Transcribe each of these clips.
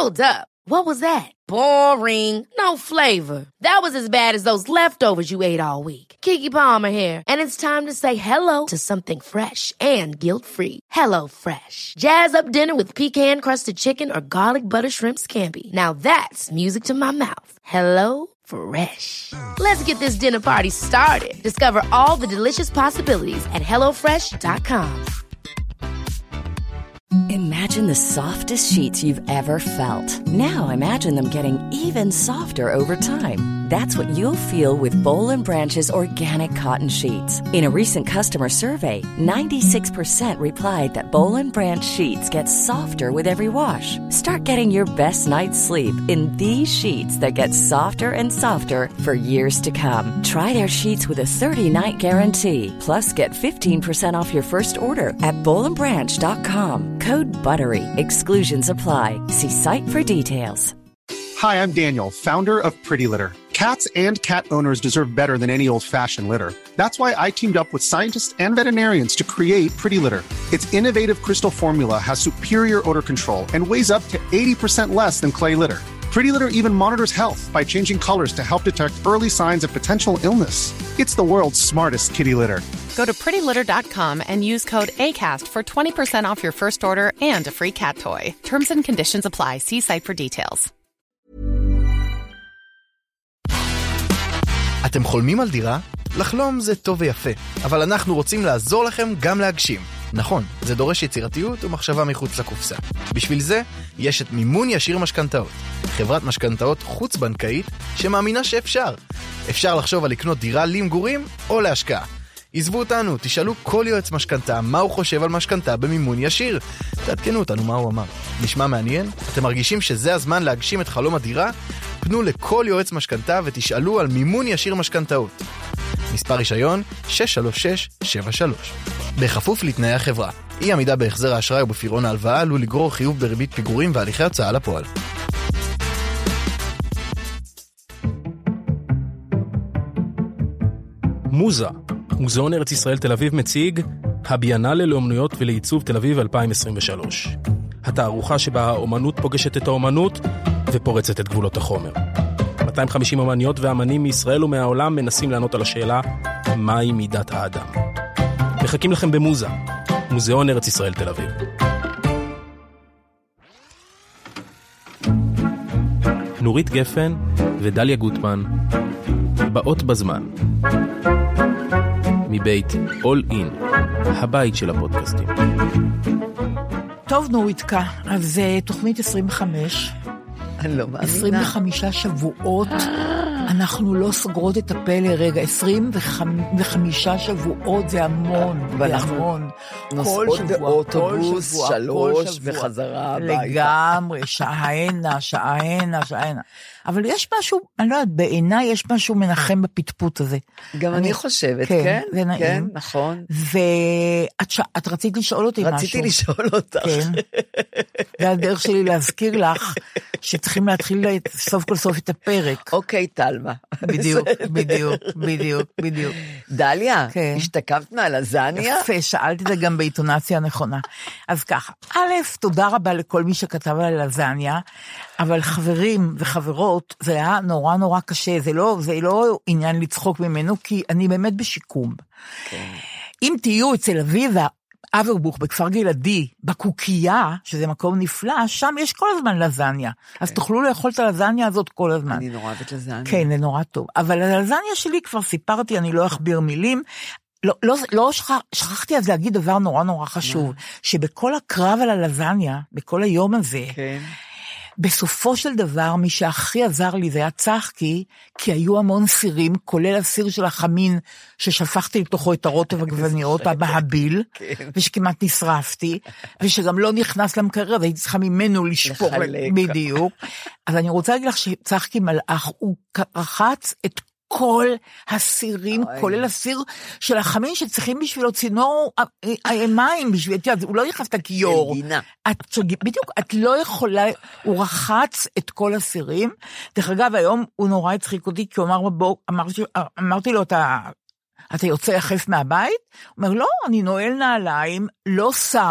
Hold up. What was that? Boring. No flavor. That was as bad as those leftovers you ate all week. Keke Palmer here, and it's time to say hello to something fresh and guilt-free. Hello Fresh. Jazz up dinner with pecan-crusted chicken or garlic butter shrimp scampi. Now that's music to my mouth. Hello Fresh. Let's get this dinner party started. Discover all the delicious possibilities at HelloFresh.com. Imagine the softest sheets you've ever felt. Now imagine them getting even softer over time. That's what you'll feel with Boll & Branch's organic cotton sheets. In a recent customer survey, 96% replied that Boll & Branch sheets get softer with every wash. Start getting your best night's sleep in these sheets that get softer and softer for years to come. Try their sheets with a 30-night guarantee. Plus, get 15% off your first order at bollandbranch.com. Code BUTTERY. Exclusions apply. See site for details. Hi, I'm Daniel, founder of Pretty Litter. Cats and cat owners deserve better than any old-fashioned litter. That's why I teamed up with scientists and veterinarians to create Pretty Litter. Its innovative crystal formula has superior odor control and weighs up to 80% less than clay litter. Pretty Litter even monitors health by changing colors to help detect early signs of potential illness. It's the world's smartest kitty litter. Go to prettylitter.com and use code ACAST for 20% off your first order and a free cat toy. Terms and conditions apply. See site for details. אתם חולמים על דירה? לחלום זה טוב ויפה, אבל אנחנו רוצים לעזור לכם גם להגשים. נכון, זה דורש יצירתיות ומחשבה מחוץ לקופסה. בשביל זה, יש את מימון ישיר משכנתאות. חברת משכנתאות חוץ-בנקאית שמאמינה שאפשר. אפשר לחשוב על לקנות דירה למגורים או להשקעה. עזבו אותנו, תשאלו כל יועץ משכנתה מה הוא חושב על משכנתה במימון ישיר. תעדכנו אותנו מה הוא אמר. נשמע מעניין? אתם מרגישים שזה הזמן להגשים את חלום הדירה? פנו לכל יועץ משכנתה ותשאלו על מימון ישיר משכנתאות. מספר רישיון 63673. בכפוף לתנאי החברה. אי עמידה בהחזר האשראי ובפירעון ההלוואה עלול לגרור חיוב בריבית פיגורים והליכי הוצאה לפועל. מוזה, מוזיאון ארץ ישראל תל אביב מציג הביאנלה לאומנויות ולעיצוב תל אביב 2023. התערוכה שבה האומנות פוגשת את האומנות ופורצת את גבולות החומר. 250 אומניות ואמנים מישראל ומהעולם מנסים לענות על השאלה מהי מידת האדם. מחכים לכם במוזה, מוזיאון ארץ ישראל תל אביב. נורית גפן ודליה גוטמן באות בזמן. מבית All In, הבית של הפודקאסטים. טוב נוריתקה, אז זה תוכנית 25. אני לא מאמינה. 25 שבועות, אנחנו לא סוגרות את הפה לרגע, 25 שבועות זה המון, זה המון. נוסעות באוטובוס, 3 וחזרה הביתה. לגמרי, שעה הנה. אבל יש משהו, אני לא יודעת, בעיניי יש משהו מנחם בפטפוט הזה. גם אני חושבת, כן? זה נעים. כן, נכון. ואת רצית לשאול אותי משהו. רציתי לשאול אותך. כן. זה הדרך שלי להזכיר לך שצריכים להתחיל סוף כל סוף את הפרק. אוקיי, תלמה. בדיוק. דליה, השתקפת מהלזניה? יפה, שאלתי את זה גם בעיתונציה הנכונה. אז ככה, א', תודה רבה לכל מי שכתב על הלזניה, אבל חברים וחברות, זה היה נורא נורא קשה, זה לא עניין לצחוק ממנו, כי אני באמת בשיקום. אם תהיו אצל אביבה, אברבוך, בכפר גלעדי, בקוקייה, שזה מקום נפלא, שם יש כל הזמן לזניה. אז תוכלו לאכול את הלזניה הזאת כל הזמן. אני נורא אוהבת לזניה. כן, זה נורא טוב. אבל הלזניה שלי כבר סיפרתי, אני לא אכביר מילים, לא שכחתי אז להגיד דבר נורא נורא חשוב, שבכל הקרב על הלזניה, בכל היום הזה, בסופו של דבר, מי שהכי עזר לי זה היה צחקי, כי היו המון סירים, כולל הסיר של החמין, ששפכתי לתוכו את הרוטב הגווניות, המהביל, ושכמעט נשרפתי, ושגם לא נכנס למקרר, והייתי צריכה ממנו לשפור בדיוק. אז אני רוצה להגיד לך שצחקי מלאך, הוא רחץ את כל הסירים, כולל הסיר של החמין שצריכים בשבילו צינור מים, הוא לא נכנס את הכיור. בדיוק, את לא יכולה, הוא רחץ את כל הסירים. דרך אגב, היום הוא נורא הצחיק אותי, כי הוא אמרתי לו, אתה יוצא יחף מהבית? הוא אומר, לא, אני נועל נעליים, לא שם,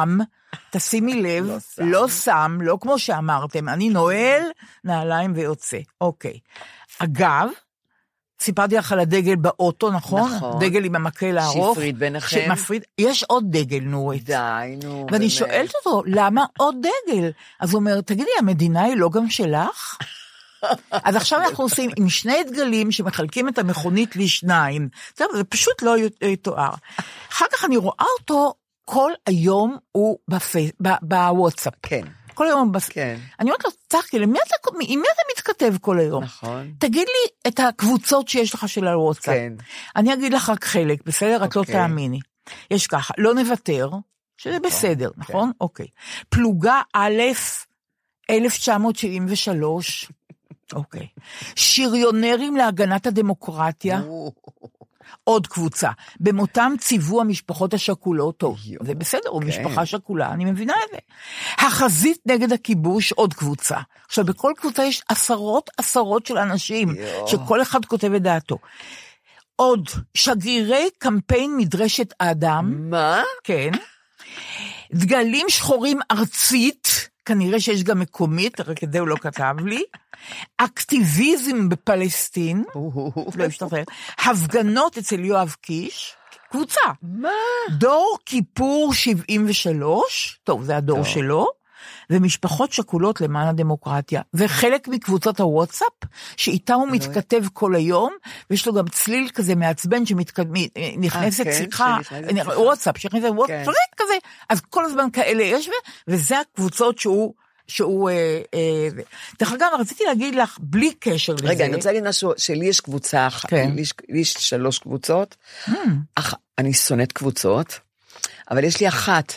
תשימי לב, לא שם, לא כמו שאמרתם, אני נועל נעליים ויוצא. אוקיי. אגב, סיפרתי לך על הדגל באוטו, נכון? נכון. דגל עם המקל הארוך. שהפריד ביניכם. שמפריד, יש עוד דגל, נורית. די, נו. ואני שואלת אותו, למה עוד דגל? אז הוא אומר, תגידי, המדינה היא לא גם שלך? אז עכשיו אנחנו עושים עם שני דגלים שמחלקים את המכונית לשניים. זה פשוט לא יתואר. אחר כך אני רואה אותו, כל היום הוא בוואטסאפ. כן. כל היום כן. אני אומרת לו, צחקי, עם מי אתה מתכתב כל היום? נכון. תגיד לי את הקבוצות שיש לך של הוואטסאפ. כן. אני אגיד לך רק חלק, בסדר? את לא תאמיני. יש ככה, לא נוותר, שזה בסדר, נכון? אוקיי. פלוגה א' 1973, אוקיי. שריונרים להגנת הדמוקרטיה, עוד קבוצה. במותם ציוו המשפחות השכולות, טוב, זה בסדר, הוא משפחה שכולה, אני מבינה את זה. החזית נגד הכיבוש, עוד קבוצה. עכשיו, בכל קבוצה יש עשרות של אנשים, שכל אחד כותב את דעתו. עוד, שגרירי קמפיין מדרשת האדם. מה? כן. דגלים שחורים ארצית, כנראה שיש גם מקומית, רק את זה הוא לא כתב לי. אקטיביזם בפלסטין, לא ישתחרר. הפגנות אצל יואב קיש, קבוצה. מה? דור כיפור 73, טוב, זה הדור שלו, ומשפחות שכולות למען הדמוקרטיה. וחלק מקבוצות הוואטסאפ, שאיתם הוא מתכתב כל היום, ויש לו גם צליל כזה מעצבן, שנכנסת שיחה, וואטסאפ, שנכנסת וואטסאפ, כזה, אז כל הזמן כאלה יש, וזה הקבוצות שהוא דרך אגב, רציתי להגיד לך, בלי קשר לזה. רגע, אני רוצה להגיד משהו, שלי יש קבוצה אחת, לי יש 3 קבוצות, אני שונאת קבוצות, אבל יש לי אחת,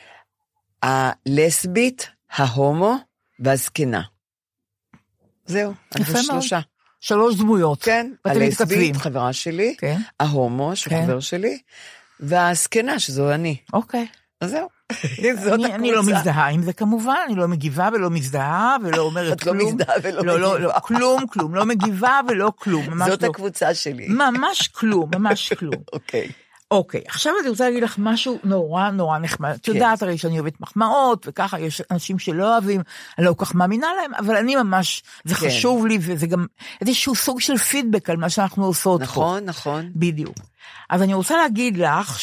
הלסבית, ההומו והזקנה. זהו, אנחנו 3. 3 דמויות. כן, הלסבית, חברה שלי, ההומו, שחבר שלי, והזקנה, שזו אני. אוקיי. אז זהו. אני לא מזדהה עם זה כמובן, אני לא מגיבה ולא מזדהה, ולא אומרת כלום. את לא מזדהה ולא מגיבה. לא, כלום, לא מגיבה ולא כלום. זאת הקבוצה שלי. ממש כלום. אוקיי. אוקיי, עכשיו אני רוצה להגיד לך משהו נורא נחמד. את יודעת הרי שאני אוהבת מחמאות, וככה יש אנשים שלא אוהבים, אני לא כל כך מאמינה להם, אבל אני ממש, זה חשוב לי, וזה גם איזשהו סוג של פידבק על מה שאנחנו עושות פה. נכון. בדיוק. אז אני רוצה להגיד לך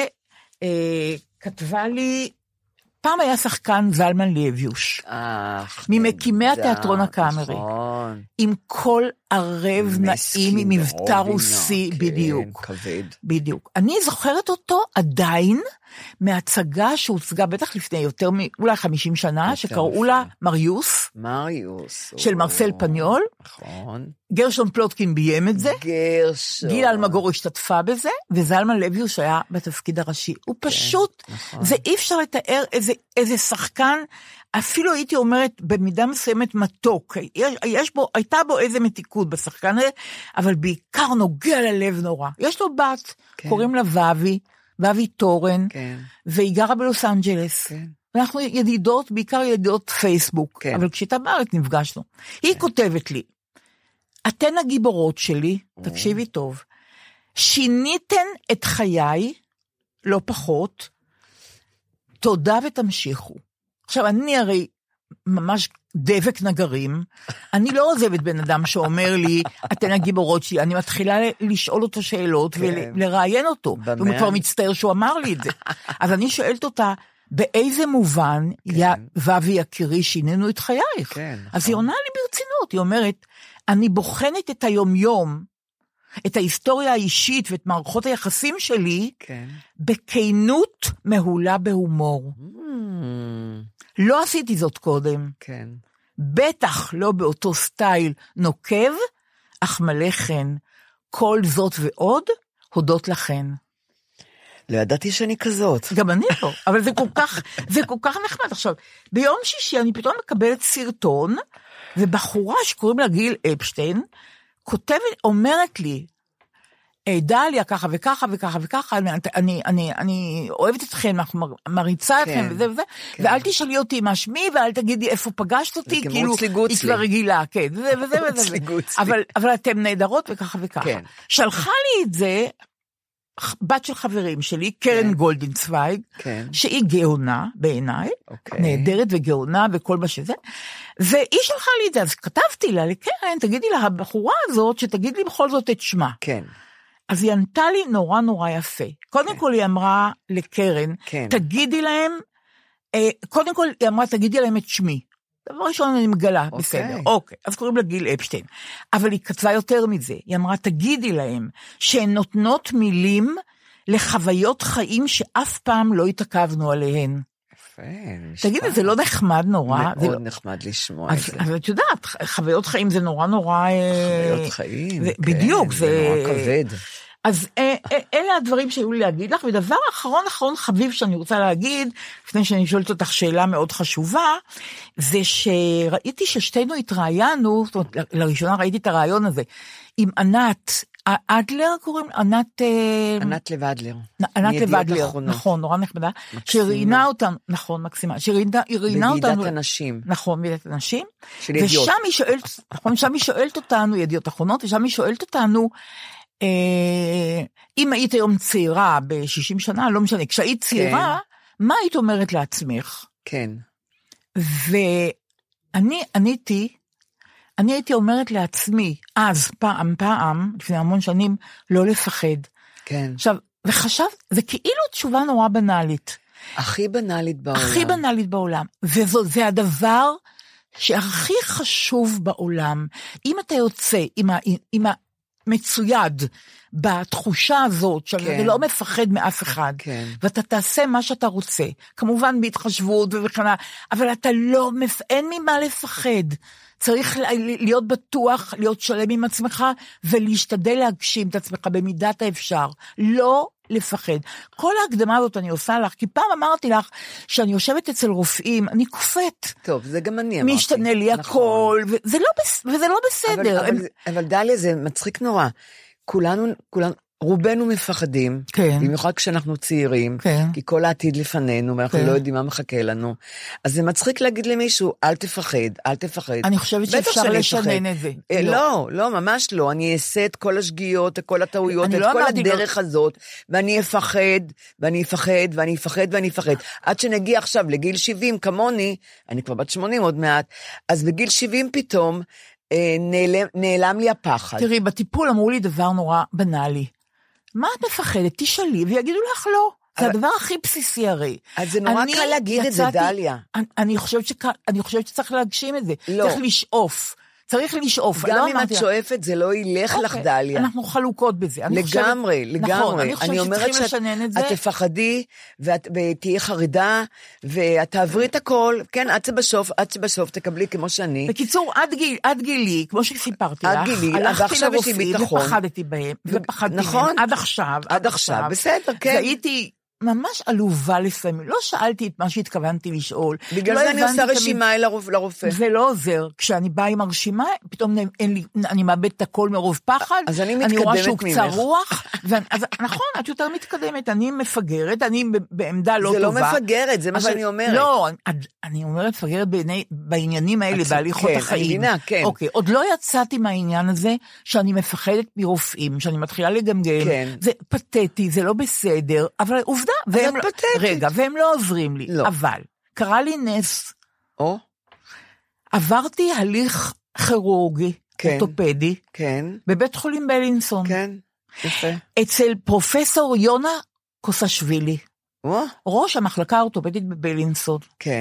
כתבה לי, פעם היה שחקן זלמן לייביוש, ממקימי התיאטרון הקאמרי, עם כל ערב נעים, עם מבטא רוסי, בדיוק. אני זוכרת אותו עדיין, מהצגה שהוצגה בטח לפני יותר אולי 50 שנה, שקראו לה מריוס, של מרסל פניול, גרשון פלוטקין ביים את זה, גילה אלמגור השתתפה בזה, וזלמן לייביוש היה בתפקיד הראשי. הוא פשוט, זה אי אפשר לתאר איזה שחקן, אפילו הייתי אומרת במידה מסוימת מתוק, הייתה בו איזה מתיקות בשחקן הזה, אבל בעיקר נוגע ללב נורא. יש לו בת, קוראים לה ואבי טורן, והיא גרה בלוס אנג'לס. ואנחנו ידידות, בעיקר ידידות פייסבוק, אבל כשהייתה בארץ נפגשנו. היא כותבת לי, אתן הגיבורות שלי, תקשיבי טוב, שיניתן את חיי, לא פחות, תודה ותמשיכו. עכשיו, אני הרי ממש דבק נגרים, אני לא עוזבת בן אדם שאומר לי, אתן הגיבורות שלי, אני מתחילה לשאול אותו שאלות ולראיין אותו, והוא כבר מצטער שהוא אמר לי את זה. אז אני שואלת אותה, באיזה מובן, ואבי יקירי, שינינו את חייך? אז היא עונה לי ברצינות, היא אומרת, אני בוחנת את היום-יום, את ההיסטוריה האישית ואת מערכות היחסים שלי, בכנות מהולה בהומור. לא עשיתי זאת קודם. בטח לא באותו סטייל נוקב, אך מלא חן. כל זאת ועוד, הודות לכן. לא ידעתי שאני כזאת. גם אני לא, אבל זה כל כך נחמד. עכשיו, ביום שישי אני פתאום מקבלת סרטון, ובחורה שקוראים לה גיל אפשטיין, כותבת, אומרת לי, דליה, ככה וככה וככה וככה, אני אוהבת אתכם, מריצה אתכם וזה וזה, ואל תשאלי אותי מה שמי, ואל תגידי איפה פגשת אותי, כאילו היא כבר רגילה, כן, וזה וזה, אבל אתם נהדרות וככה וככה. שלחה לי את זה, בת של חברים שלי, קרן גולדנצוויג, שהיא גאונה בעיניי, נהדרת וגאונה וכל מה שזה, והיא שלחה לי את זה, אז כתבתי לה לקרן, תגידי לה, הבחורה הזאת, שתגיד לי בכל זאת את שמה. כן. אז היא ענתה לי נורא נורא יפה. קודם כל היא אמרה לקרן, תגידי להם, קודם כל היא אמרה, תגידי להם את שמי. דבר ראשון אני מגלה, בסדר, אוקיי, אז קוראים לה גיל אפשטיין, אבל היא כתבה יותר מזה, היא אמרה, תגידי להם, שהן נותנות מילים לחוויות חיים שאף פעם לא התעכבנו עליהן. תגידי, זה לא נחמד נורא? מאוד נחמד לשמוע את זה. אז את יודעת, חוויות חיים זה נורא נורא... חוויות חיים, בדיוק, זה נורא כבד. אז אלה הדברים שהיו לי להגיד לך, ודבר אחרון חביב שאני רוצה להגיד, לפני שאני שואלת אותך שאלה מאוד חשובה, זה שראיתי ששתינו התראיינו, זאת אומרת, לראשונה ראיתי את הרעיון הזה, עם ענת אדלר קוראים, ענת לבדלר. ענת לבדלר, נכון, נורא נחמדה, שראיינה אותנו, נכון, מקסימה, שראיינה אותנו, בוועידת הנשים. נכון, בוועידת הנשים, של ידיעות. ושם היא שואלת, נכון, שם היא שואלת אותנו, ידיעות אחרונות, ושם היא שואלת אותנו, אם היית היום צעירה ב-60 שנה, לא משנה, כשהיית צעירה, מה היית אומרת לעצמך? כן. ואני הייתי אומרת לעצמי, אז פעם, לפני המון שנים, לא לפחד. כן. עכשיו, וחשב, זה כאילו תשובה נורא בנאלית. הכי בנאלית בעולם. הכי בנאלית בעולם. וזה הדבר שהכי חשוב בעולם. אם אתה יוצא עם מצויד בתחושה הזאת, שאתה לא מפחד מאף אחד, ואתה תעשה מה שאתה רוצה, כמובן בהתחשבות ובכנה, אבל אתה לא, אין ממה לפחד, צריך להיות בטוח, להיות שלם עם עצמך, ולהשתדל להגשים את עצמך במידת האפשר, לא לפחד. כל ההקדמה הזאת אני עושה לך, כי פעם אמרתי לך, שאני יושבת אצל רופאים, אני קופאת. טוב, זה גם אני אמרתי. משתנה לי הכל, וזה לא בסדר. אבל דליה, זה מצחיק נורא. כולנו, רובנו מפחדים, במיוחד כשאנחנו צעירים, כי כל העתיד לפנינו, ואנחנו לא יודעים מה מחכה לנו. אז זה מצחיק להגיד למישהו, אל תפחד, אל תפחד. אני חושבת שאפשר לשנן את זה. לא, ממש לא. אני אעשה את כל השגיאות, את כל הטעויות, את כל הדרך הזאת, ואני אפחד, ואני אפחד, ואני אפחד, ואני אפחד. עד שנגיע עכשיו לגיל 70, כמוני, אני כבר בת 80 עוד מעט, אז בגיל 70 פתאום, נעלם לי הפחד. תראי, בטיפול אמרו לי דבר נורא בנאלי. מה את מפחדת? תשאלי, ויגידו לך לא. זה הדבר הכי בסיסי הרי. אז זה נורא קל להגיד את זה, דליה. אני חושבת שצריך להגשים את זה. צריך לשאוף. צריך לשאוף. גם אם את שואפת, זה לא ילך לך, דליה. אנחנו חלוקות בזה. לגמרי, לגמרי. אני אומרת שאת תפחדי, ותהיה חרדה, ואת תעברי את הכל, כן, עד שבסוף תקבלי כמו שאני. בקיצור, עד גילי, כמו שסיפרתי לך, הלכתי לרופאים ופחדתי בהם, ופחדתי מהם, עד עכשיו, בסדר, כן. והייתי ממש עלובה לפעמים, לא שאלתי את מה שהתכוונתי לשאול. בגלל זה אני עושה רשימה לרופא. זה לא עוזר, כשאני באה עם הרשימה, פתאום אני מאבד את הכל מרוב פחד, אז אני רואה שהוא קצר רוח, נכון, את יותר מתקדמת, אני מפגרת, אני בעמדה לא טובה. זה לא מפגרת, זה מה שאני אומרת. לא, אני אומרת מפגרת בעניינים האלה, בהליכות החיים. אני מבינה, כן. אוקיי, עוד לא יצאתי מהעניין הזה, שאני מפחדת מרופאים, שאני מתחילה לגמגם, זה פתטי, זה לא בסדר, אבל עובדה, והם לא עוזרים לי, אבל קרה לי נס, עברתי הליך כירורגי, אורתופדי, בבית חולים בלינסון, אצל פרופסור יונה קוסשווילי, ראש המחלקה האורתופדית בבלינסון,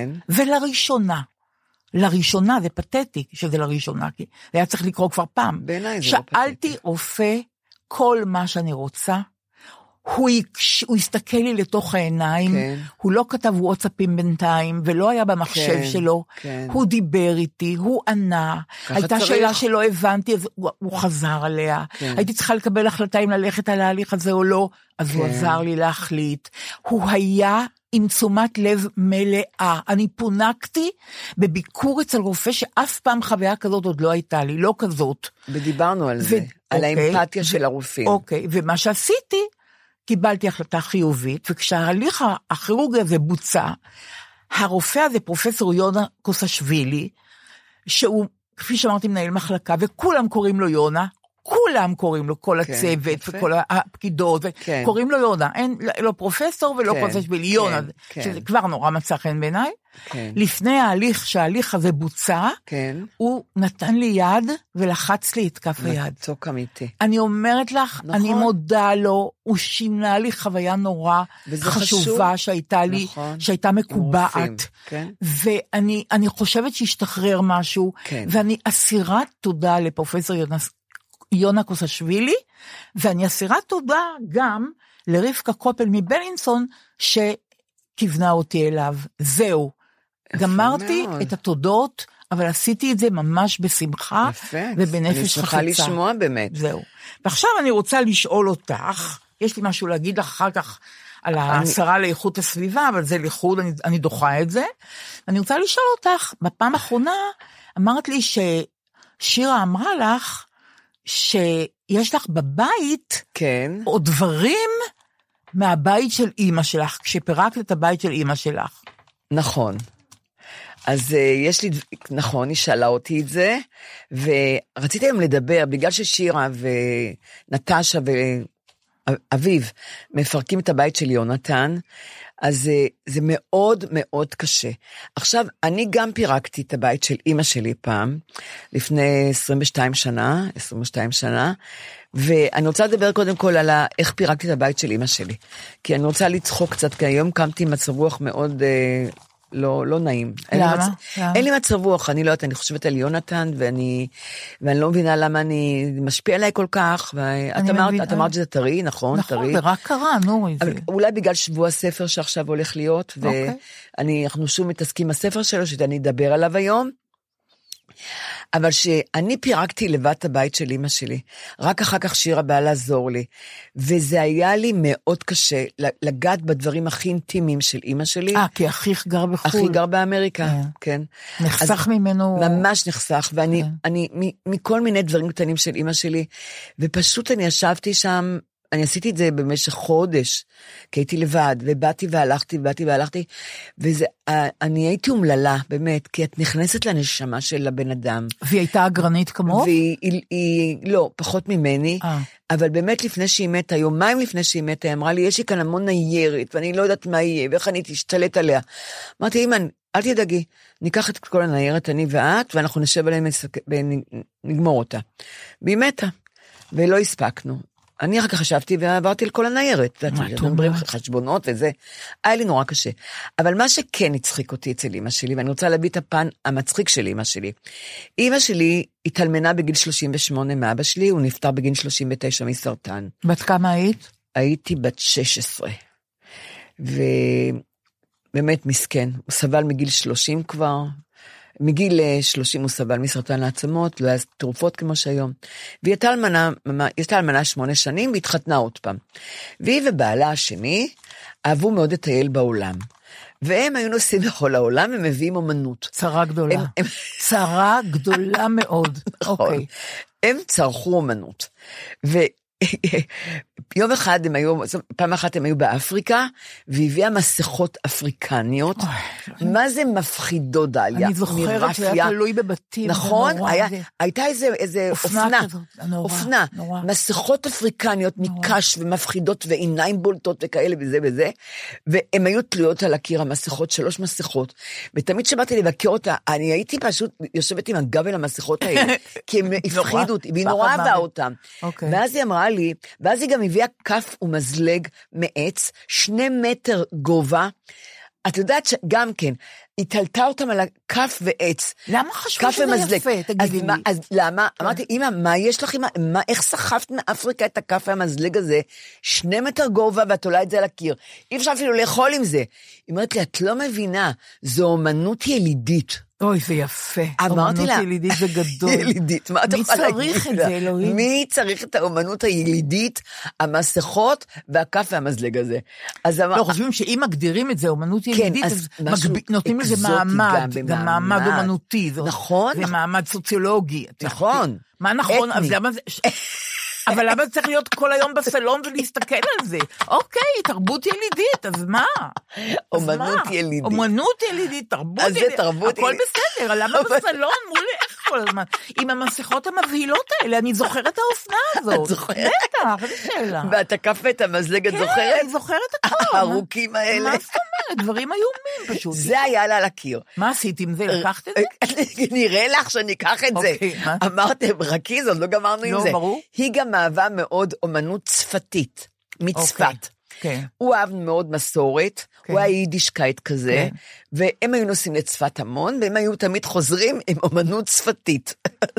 ולראשונה, זה פתטי שזה לראשונה, כי זה היה צריך לקרוא כבר פעם, שאלתי רופא כל מה שאני רוצה, הוא הסתכל לי לתוך העיניים, הוא לא כתב וואטסאפים בינתיים, ולא היה במחשב שלו, הוא דיבר איתי, הוא ענה, הייתה שאלה שלא הבנתי, אז הוא חזר עליה, הייתי צריכה לקבל החלטה אם ללכת על ההליך הזה או לא, אז הוא עזר לי להחליט, הוא היה עם תשומת לב מלאה, אני פונקתי בביקור אצל רופא שאף פעם חוויה כזאת עוד לא הייתה לי, לא כזאת. ודיברנו על זה, על האמפתיה של הרופאים. אוקיי, ומה שעשיתי, קיבלתי החלטה חיובית, וכשההליך הכירורגי הזה בוצע, הרופא הזה, פרופסור יונה קוסשווילי, שהוא, כפי שאמרתי, מנהל מחלקה, וכולם קוראים לו יונה, כולם קוראים לו, כל הצוות וכל הפקידות, קוראים לו יונה, אין לא פרופסור ולא קוזשווילי, יונה, שזה כבר נורא מצא חן בעיניי. לפני ההליך, שההליך הזה בוצע, הוא נתן לי יד ולחץ לי את כף היד. מתוק אמיתי. אני אומרת לך, אני מודה לו, הוא שינה לי חוויה נורא חשובה שהייתה לי, שהייתה מקובעת, ואני חושבת שהשתחרר משהו, ואני אסירת תודה לפרופסור יונה קוזשווילי, ואני אסירת תודה גם לרבקה קופל מבלינסון, שכיוונה אותי אליו. זהו. גמרתי את התודות, אבל עשיתי את זה ממש בשמחה, ובנפש חפצה. אני שמחה לשמוע באמת. זהו. ועכשיו אני רוצה לשאול אותך, יש לי משהו להגיד לך אחר כך, על השרה לאיכות הסביבה, אבל זה לחוד, אני דוחה את זה. אני רוצה לשאול אותך, בפעם האחרונה, אמרת לי ששירה אמרה לך, שיש לך בבית, עוד דברים מהבית של אמא שלך, כשפרקת את הבית של אמא שלך. נכון. אז יש לי, נכון, היא שאלה אותי את זה, ורציתי היום לדבר, בגלל ששירה ונטשה ואביב מפרקים את הבית של יונתן, אז זה מאוד מאוד קשה. עכשיו, אני גם פירקתי את הבית של אמא שלי פעם, לפני 22 שנה, ואני רוצה לדבר קודם כל על איך פירקתי את הבית של אמא שלי, כי אני רוצה לצחוק קצת, כי היום קמתי עם מצב רוח מאוד לא נעים. למה? אין לי מצב רוח, אני לא יודעת, אני חושבת על יונתן, ואני לא מבינה למה אני משפיע עליי כל כך, ואת אמרת שזה טרי, נכון? נכון, זה רק קרה, נו. אולי בגלל שבוע הספר שעכשיו הולך להיות, ואנחנו שוב מתעסקים בספר שלו, שאני אדבר עליו היום, אבל שאני פירקתי לבד את הבית של אמא שלי, רק אחר כך שירה באה לעזור לי, וזה היה לי מאוד קשה, לגעת בדברים הכי אינטימיים של אמא שלי. כי אחיך גר בחול. אחי גר באמריקה, כן. נחסך ממנו. ממש נחסך, ואני מכל מיני דברים קטנים של אמא שלי, ופשוט אני ישבתי שם, אני עשיתי את זה במשך חודש, כי הייתי לבד, ובאתי והלכתי, ואני הייתי אומללה, באמת, כי את נכנסת לנשמה של הבן אדם. והיא הייתה אגרנית כמוך? והיא, לא, פחות ממני, אבל באמת לפני שהיא מתה, יומיים לפני שהיא מתה, היא אמרה לי, יש לי כאן המון ניירת, ואני לא יודעת מה יהיה, ואיך אני תשתלט עליה. אמרתי, אמא, אל תדאגי, ניקח את כל הניירת, אני ואת, ואנחנו נשב עליהם ונגמור אותה. והיא מתה, ולא הספקנו. אני רק חשבתי ועברתי לכל הניירת, מדברים חשבונות וזה, היה לי נורא קשה. אבל מה שכן הצחיק אותי אצל אמא שלי, ואני רוצה להביא את הפן המצחיק של אמא שלי. אמא שלי התאלמנה בגיל 38 מאבא שלי, הוא נפטר בגיל 39 מסרטן. בת כמה היית? הייתי בת 16. ובאמת מסכן, הוא סבל מגיל 30 כבר, מגיל 30 הוא סבל מסרטן לעצמות, לא היה תרופות כמו שהיום. והיא הייתה אלמנה 8 שנים, והתחתנה עוד פעם. והיא ובעלה השני, אהבו מאוד לטייל בעולם. והם היו נוסעים לכל העולם, הם מביאים אומנות. צרה גדולה. צרה גדולה מאוד. נכון. הם צרכו אומנות. יום אחד פעם אחת הם היו באפריקה, והביאה מסכות אפריקניות, מה זה מפחידות דליה? אני זוכרת שהיה תלוי בבתים. נכון, הייתה איזה אופנה, מסכות אפריקניות מקש ומפחידות ועיניים בולטות וכאלה וזה וזה, והם היו תלויות על הקיר המסכות, 3 מסכות, ותמיד שבאתי לבקר אותה, אני הייתי פשוט יושבת עם הגב אל המסכות האלה, כי הם הפחידו אותי, והיא נורא אהבה אותם. ואז היא אמרה לי, ואז היא גם הביאה כף ומזלג מעץ, 2 מטר גובה, את יודעת שגם כן, היא תלתה אותם על הכף ועץ. למה חשבו שזה יפה? תגידי לי. אז למה? אמרתי, אמא, מה יש לך? איך סחפת מאפריקה את הכף והמזלג הזה? 2 מטר גובה ואת עולה את זה על הקיר. אי אפשר אפילו לאכול עם זה. היא אומרת לי, את לא מבינה, זו אומנות ילידית. אוי, זה יפה. אמרתי לה, אומנות ילידית זה גדול. ילידית, מה אתה יכולה להגיד? מי צריך את זה, אלוהים? מי צריך את האומנות הילידית, המסכות והכף והמזלג הזה? לא, חושבים שאם מגדירים את זה, אומנות ילידית, אז נותנים לזה מעמד, גם מעמד אומנותי. נכון. זה מעמד סוציולוגי. נכון. מה נכון? אבל למה צריך להיות כל היום בסלון ולהסתכל על זה? אוקיי, תרבות ילידית, אז מה? אומנות ילידית. אומנות ילידית, תרבות ילידית. הכל בסדר, למה בסלון מול כל הזמן. עם המסכות המבהילות האלה, אני זוכרת את האופנה הזאת. את זוכרת? בטח, איזה שאלה. ואת הקפה, את המזלג, את זוכרת? כן, אני זוכרת הכל. הארוכים האלה. מה זאת אומרת? דברים איומים פשוט. זה היה לה על הקיר. מה עשית עם זה? לקחת את זה? נראה לך שאני אקח את זה. אמרתם, רקיז, עוד לא גמרנו עם זה. לא, ברור. היא גם אהבה מאוד אומנות שפתית, מצפת. הוא אהב מאוד מסורת, הוא היה יידישקייט כזה, והם היו נוסעים לצפת המון, והם היו תמיד חוזרים עם אומנות שפתית.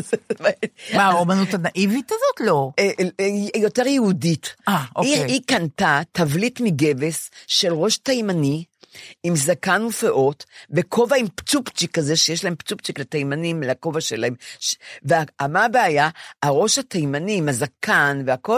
מה, האומנות הנאיבית הזאת? לא. יותר יהודית. אוקיי. היא קנתה תבליט מגבס של ראש תימני, עם זקן ופאות, וכובע עם פצופצ'יק כזה, שיש להם פצופצ'יק לתימנים, לכובע שלהם. ומה הבעיה? הראש התימני עם הזקן והכל,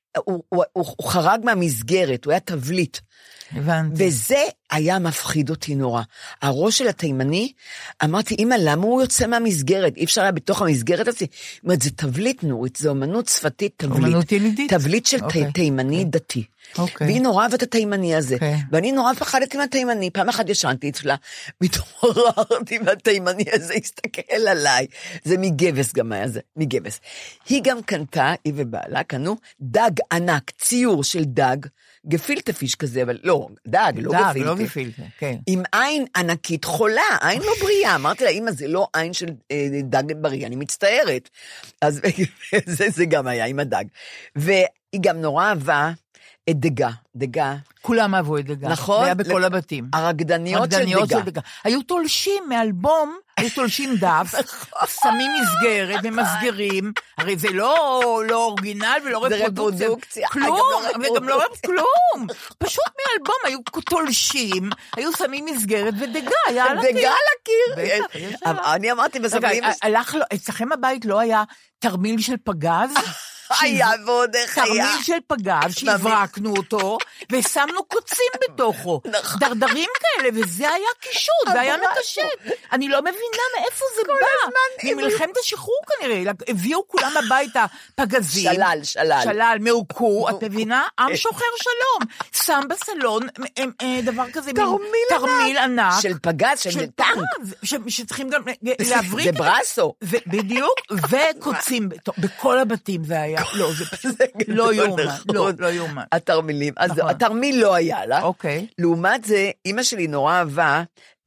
הוא חרג מהמסגרת, הוא היה תבליט. הבנתי. וזה היה מפחיד אותי נורא. הראש של התימני, אמרתי, אמא, למה הוא יוצא מהמסגרת? אי אפשר היה בתוך המסגרת הזאת. זאת אומרת, זה תבליט נורית, זה אומנות שפתית תבליט. אומנות ילידית. תבליט של תימני דתי. והיא נורא אהבת התימני הזה. ואני נורא פחדתי מהתימני. פעם אחת ישנתי אצלה, מתעוררתי מהתימני הזה, הסתכל עליי. זה מגבס גם היה זה, מגבס. היא גם קנתה, היא ובעלה קנו, דג ענק, ציור של דג, גפילטה פיש כזה, אבל לא, דג, לא גפילטה. דג, לא גפילטה, כן. עם עין ענקית חולה, עין לא בריאה. אמרתי לה, אמא, זה לא עין של דג בריא, אני מצטערת. אז זה גם היה עם הדג. והיא גם נורא אהבה את דגה. כולם אהבו את דגה. נכון. זה היה בכל הבתים. הרקדניות של דגה. היו תולשים מאלבום, היו תולשים דף, שמים מסגרת ומסגרים, הרי זה לא אורגינל ולא רפרודוקציה. כלום, וגם לא כלום. פשוט מאלבום היו תולשים, היו שמים מסגרת ודגה היה על הקיר. דגה על הקיר. אני אמרתי בסבלים. אצלכם הבית לא היה תרמיל של פגז? היה ועוד איך היה. תרמיל של פגז, שהברקנו אותו, ושמנו קוצים בתוכו. דרדרים כאלה, וזה היה קישוט, זה היה מקשט. אני לא מבינה מאיפה זה בא. ממלחמת השחרור כנראה, הביאו כולם הביתה פגזים. שלל, מעוקו, את מבינה? עם שוחר שלום. שם בסלון דבר כזה, תרמיל ענק. של פגז, של טנק. שצריכים גם להבריק. זה ברסו. בדיוק, וקוצים בכל הבתים זה היה. לא, זה לא יומן, לא יומן. התרמילים, אז התרמיל לא היה לה. אוקיי. לעומת זה, אמא שלי נורא אהבה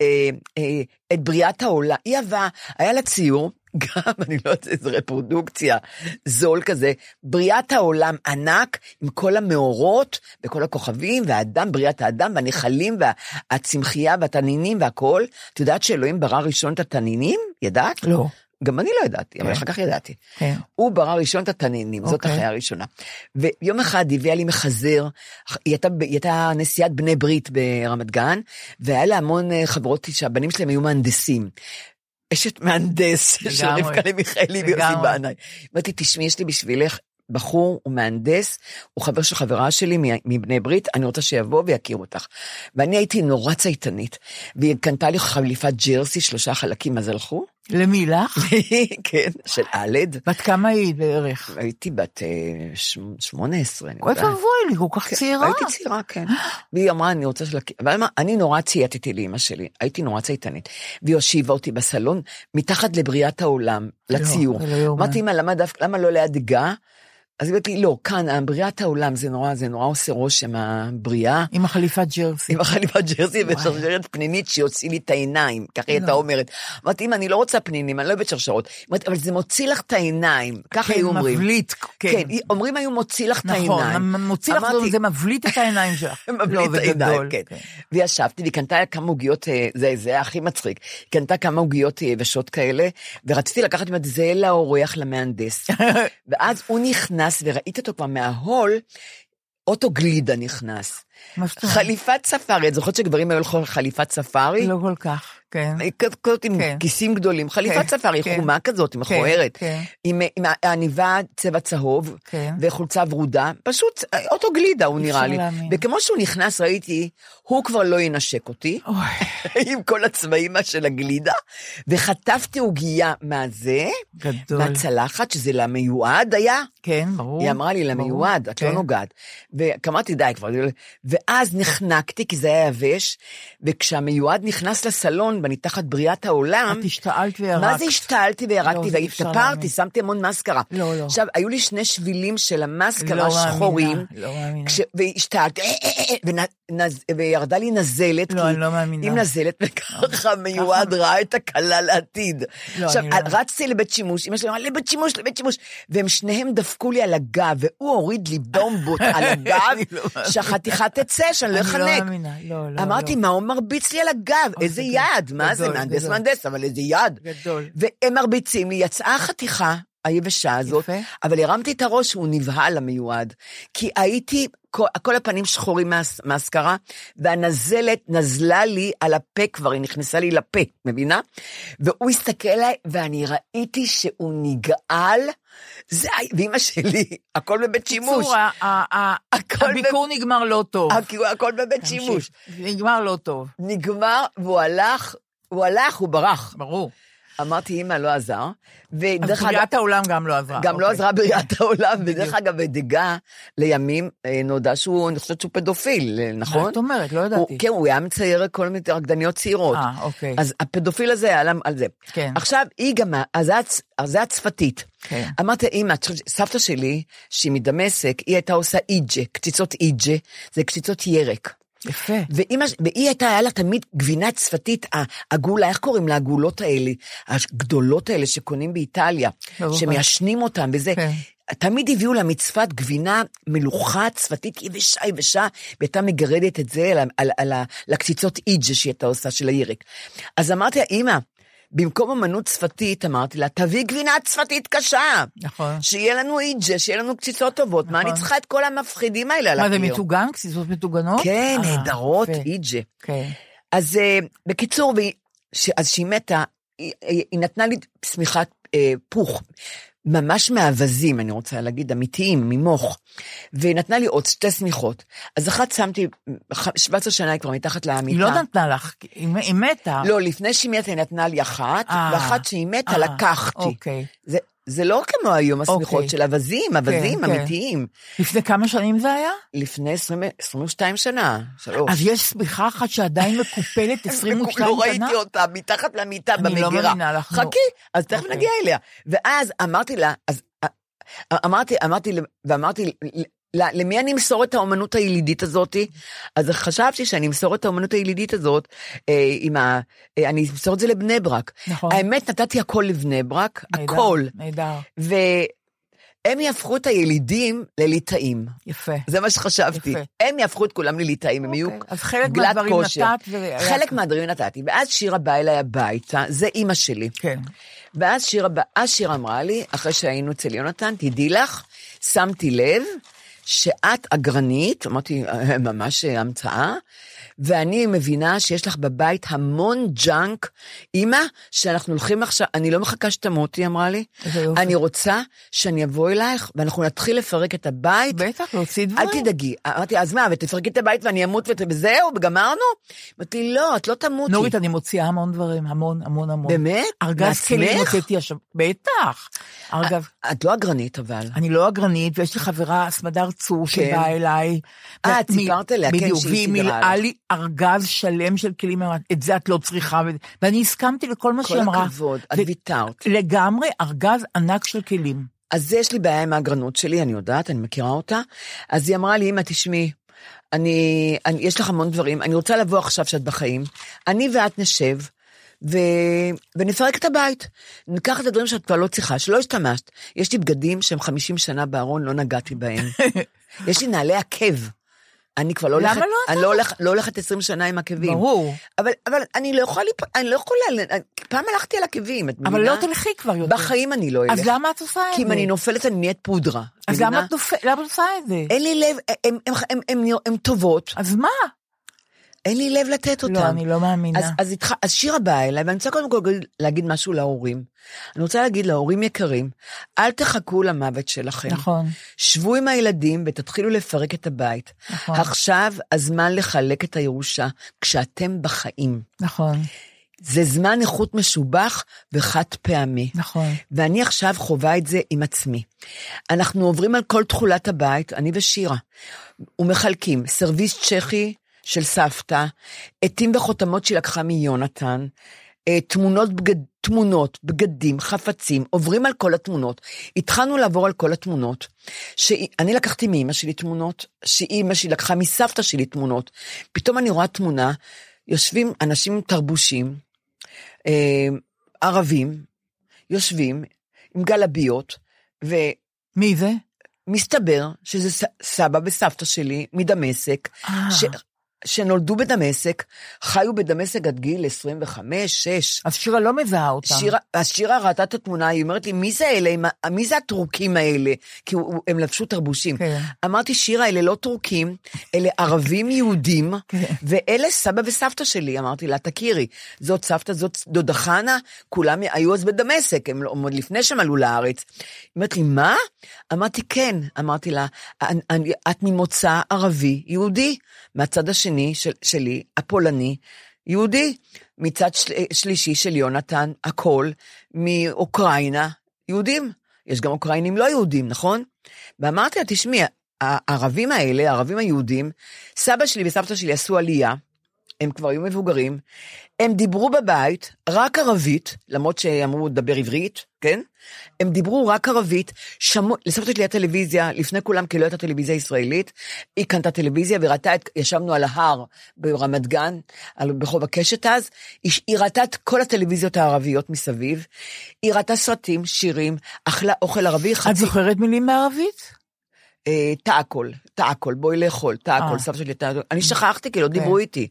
את בריאת העולם. היא אהבה, היה לה ציור, גם, אני לא יודעת איזה רפרודוקציה, זול כזה, בריאת העולם ענק, עם כל המאורות, וכל הכוכבים, והאדם, בריאת האדם, והנחלים, והצמחייה, והתנינים, והכל. את יודעת שאלוהים ברא ראשון את התנינים? ידעת? לא. גם אני לא ידעתי, אבל אחר כך ידעתי. הוא ברא ראשון את התנינים, זאת החיה הראשונה. ויום אחד הביאה לי מחזר, היא הייתה נשיאת בני ברית ברמת גן, והיה לה המון חברות שהבנים שלהם היו מהנדסים. אשת מהנדס של רבקה למיכאלי ויוסי בעיניי. אמרתי, תשמעי, יש לי בשבילך בחור, הוא מהנדס, הוא חבר של חברה שלי מבני ברית, אני רוצה שיבוא ויכיר אותך. ואני הייתי נורא צייתנית, והיא קנתה לי חליפת ג'רסי, 3 חלקים, אז הלכו? למי לך? כן, של אלד. בת כמה היא בערך? הייתי בת 18. איפה אבוי לי, כל כך צעירה? הייתי צעירה, כן. והיא אמרה, אני רוצה שלכיר. אבל אני נורא צייתתי לאמא שלי, הייתי נורא צייתנית. והיא הושיבה אותי בסלון, מתחת לבריאת העולם, לציור. אמרתי, אמא, למה לא ליד דגה? אז היא אמרתי, לא, כאן, בריאת העולם, זה נורא עושה רושם, הבריאה. עם החליפת ג'רסי. עם החליפת ג'רסי ושרשרת פנינית שיוציא לי את העיניים, ככה היא הייתה אומרת. אמרתי, אמא, אני לא רוצה פנינים, אני לא אוהבת שרשרות. אבל זה מוציא לך את העיניים, ככה היו אומרים. מבליט, כן. אומרים היו מוציא לך את העיניים. נכון, מוציא לך, זה מבליט את העיניים שלך. מבליט את העיניים, כן. וישבתי, והיא קנתה כמה עוגיות, זה היה הכי מצחיק, היא קנתה כמה עוגיות יבשות כאלה, ורציתי לקחת את זה לאורח למהנדס. ואז הוא נכנס, וראית אותו כבר מההול, אוטו גלידה נכנס. חליפת ספארי, את זוכרת שגברים היו הולכו חליפת ספארי? לא כל כך, כן. כזאת עם כיסים גדולים, חליפת ספארי, חומה כזאת, מכוערת, עם העניבה צבע צהוב, וחולצה ורודה, פשוט אוטו גלידה הוא נראה לי. וכמו שהוא נכנס, ראיתי, הוא כבר לא ינשק אותי, עם כל הצבעים של הגלידה, וחטפתי עוגייה מהזה, מהצלחת, שזה למיועד היה. כן, ברור. היא אמרה לי, למיועד, את לא נוגעת. וכמרתי, די כבר, ואז נחנקתי, כי זה היה יבש, וכשהמיועד נכנס לסלון, ואני תחת בריאת העולם, את השתעלת וירקת. מה זה השתעלתי וירקתי, והתאפרתי, שמתי המון מסקרה. לא, לא. עכשיו, היו לי 2 שבילים של המסקרה שחורים, לא מאמינה. והשתעלתי, וירדה לי נזלת, לא, אני לא מאמינה. עם נזלת, וככה המיועד ראה את הקלה לעתיד. עכשיו, רצתי לבית שימוש, אמא שלי אמרה, לבית שימוש, והם שניהם דפקו לי על הגב, והוא הוריד לי בומבות על הגב, שהחתיכה תצא, שאני לא אחנק. אני לא מאמינה, לא. אמרתי, מה הוא מרביץ לי על הגב? איזה יד? מה זה? מהנדס, אבל איזה יד? גדול. והם מרביצים לי, יצאה החתיכה, היבשה הזאת, אבל הרמתי את הראש, הוא נבהל המיועד, כי הייתי, כל הפנים שחורים מהסקרה, והנזלת נזלה לי על הפה כבר, היא נכנסה לי לפה, מבינה? והוא הסתכל עליי, ואני ראיתי שהוא נגעל, ואמא שלי, הכל בבית שימוש. הביקור נגמר לא טוב. הכל בבית שימוש. נגמר לא טוב. נגמר, והוא הלך, הוא ברח. ברור. אמרתי, אמא, לא עזר. אז בריאת העולם גם לא עזרה. גם לא עזרה בריאת העולם, ודרך אגב, בדגה לימים נודע שהוא, אני חושבת שהוא פדופיל, נכון? מה את אומרת? לא ידעתי. כן, הוא היה מצייר כל מיני רקדניות צעירות. אוקיי. אז הפדופיל הזה היה על זה. כן. עכשיו, היא גם, אז זה הצפתית. כן. אמרתי, אמא, סבתא שלי, שהיא מדמשק, היא הייתה עושה איג'ה, קציצות איג'ה, זה קציצות ירק. יפה. והיא היה לה תמיד גבינה צפתית, הגולה, איך קוראים לה הגולות האלה, הגדולות האלה שקונים באיטליה, שמיישנים אותם וזה, תמיד הביאו לה מצפת גבינה מלוכה צפתית יבשה, והייתה מגרדת את זה לקציצות איג'ה שהיא הייתה עושה של הירק. אז אמרתי לה, אמא, במקום אמנות צפתית, אמרתי לה, תביא גבינה צפתית קשה. נכון. שיהיה לנו איג'ה, שיהיה לנו קציצות טובות. נכון. מה אני צריכה את כל המפחידים האלה על הקיר? מה, זה מטוגן? קציצות מטוגנות? כן, נהדרות, איג'ה. כן. אז בקיצור, אז שהיא מתה, היא נתנה לי שמיכת פוך, ממש מאבזים, אני רוצה להגיד, אמיתיים, ממוך, ונתנה לי עוד 2 שמיכות. אז אחת שמתי, 17 שנה היא כבר מתחת למיטה. היא לא נתנה לך, היא מתה. לא, לפני שהיא מתה היא נתנה לי אחת, ואחת שהיא מתה לקחתי. אוקיי. זה לא כמו היום הסמיכות של אבזים אמיתיים. לפני כמה שנים זה היה? לפני 22 שנה, 3. אז יש סמיכה אחת שעדיין מקופלת 22 שנה? לא ראיתי אותה, מתחת למיטה במגירה. אני לא מאמינה לך. חכי, אז תכף נגיע אליה. ואז אמרתי לה, ואמרתי, למי אני אמסור את האומנות הילידית הזאת? אז חשבתי שאני אמסור את האומנות הילידית הזאת, אני אמסור את זה לבני ברק. נכון. האמת, נתתי הכל לבני ברק, הכל. נהדר. והם יהפכו את הילידים לליטאים. יפה. זה מה שחשבתי. יפה. הם יהפכו את כולם לליטאים, הם יהיו אז חלק מהדברים נתת. חלק מהדברים נתתי. ואז שירה באה אליי הביתה, זה אימא שלי. כן. ואז שירה אמרה לי, אחרי שהיינו אצל יונתן, תדעי לך, שמתי לב, שאת אגרנית, אמרתי, ממש המצאה, ואני מבינה שיש לך בבית המון ג'אנק, אמא, שאנחנו הולכים עכשיו, אני לא מחכה שתמותי, אמרה לי, אני רוצה שאני אבוא אלייך, ואנחנו נתחיל לפרק את הבית. בטח, להוציא דברים. אל תדאגי. אמרתי, אז מה, ותפרקי את הבית ואני אמות וזהו, וגמרנו? אמרתי, לא, את לא תמותי. נורית, אני מוציאה המון דברים, המון. באמת? ארגז כלים הוצאתי עכשיו, בטח. את לא אגרנית, אבל. אני לא אגרנית, ויש לי חברה, סמדר צור, שבאה אליי. את סיפרת עליה, כן, שהיא והיא מילאה לי ארגז שלם של כלים, את זה את לא צריכה, ואני הסכמתי לכל מה שהיא אמרה. כל הכבוד, את ויתרת. לגמרי, ארגז ענק של כלים. אז יש לי בעיה עם האגרנות שלי, אני יודעת, אני מכירה אותה, אז היא אמרה לי, אמא, תשמעי, יש לך המון דברים, אני רוצה לבוא עכשיו שאת בחיים, אני ואת נשב, ונפרק את הבית, ניקח את הדברים שאת כבר לא צריכה, שלא השתמשת, יש לי בגדים שהם 50 שנה בארון, לא נגעתי בהם, יש לי נעלי עקב, אני כבר לא הולכת 20 שנה עם עקבים. ברור. אבל אני לא יכולה, פעם הלכתי על עקבים, את מבינה? אבל לא תלכי כבר יותר. בחיים אני לא אלך. אז למה את עושה את זה? כי אם אני נופלת אני נהיית פודרה. אז למה את עושה את זה? אין לי לב, הן טובות. אז מה? אין לי לב לתת אותם. לא, אני לא מאמינה. אז שירה באה אליי, ואני רוצה קודם כל להגיד משהו להורים. אני רוצה להגיד להורים יקרים, אל תחכו למוות שלכם. נכון. שבו עם הילדים ותתחילו לפרק את הבית. נכון. עכשיו הזמן לחלק את הירושה, כשאתם בחיים. נכון. זה זמן איכות משובח וחד פעמי. נכון. ואני עכשיו חווה את זה עם עצמי. אנחנו עוברים על כל תכולת הבית, אני ושירה, ומחלקים סרוויס צ'כי של סבתא, עטים וחותמות שלקחה מיונתן, תמונות, בגדים, חפצים, עוברים על כל התמונות. התחלנו לעבור על כל התמונות. אני לקחתי מאמא שלי תמונות, שאמא שלי לקחה מסבתא שלי תמונות. פתאום אני רואה תמונה, יושבים אנשים תרבושים, ערבים, יושבים עם גלביות, מי זה? מסתבר שזה סבא וסבתא שלי מדמשק, שנולדו בדמשק, חיו בדמשק עד גיל 25, 6. אז שירה לא מזהה אותם. אז שירה ראתה את התמונה, היא אומרת לי, מי זה אלה? מי זה הטורקים האלה? כי הם לבשו תרבושים. כן. אמרתי, שירה, אלה לא טורקים, אלה ערבים יהודים, כן. ואלה סבא וסבתא שלי. אמרתי לה, תכירי, זאת סבתא, זאת דודה חנה, כולם היו אז בדמשק, הם עוד לפני שהם עלו לארץ. היא אומרת לי, מה? אמרתי, כן. אמרתי לה, את ממוצא ערבי יהודי, מהצד השני שלי, הפולני, יהודי, מצד שלישי של יונתן, הכל, מאוקראינה, יהודים. יש גם אוקראינים לא יהודים, נכון? ואמרתי לה, תשמעי, הערבים האלה, הערבים היהודים, סבא שלי וסבתא שלי עשו עלייה, הם כבר היו מבוגרים, הם דיברו בבית רק ערבית, למרות שאמרו לדבר עברית, כן? הם דיברו רק ערבית, לסבתא שלי הטלוויזיה, לפני כולם כי לא הייתה טלוויזיה ישראלית, היא קנתה טלוויזיה וראתה, ישבנו על ההר ברמת גן, בחוב הקשת אז, היא ראתה את כל הטלוויזיות הערביות מסביב, היא ראתה סרטים, שירים, אכלה אוכל ערבי, את זוכרת מילים בערבית? תאקול, בואי לאכול, תאקול, סבתא שלי תאקול, אני שכחתי כי לא דיברו איתי.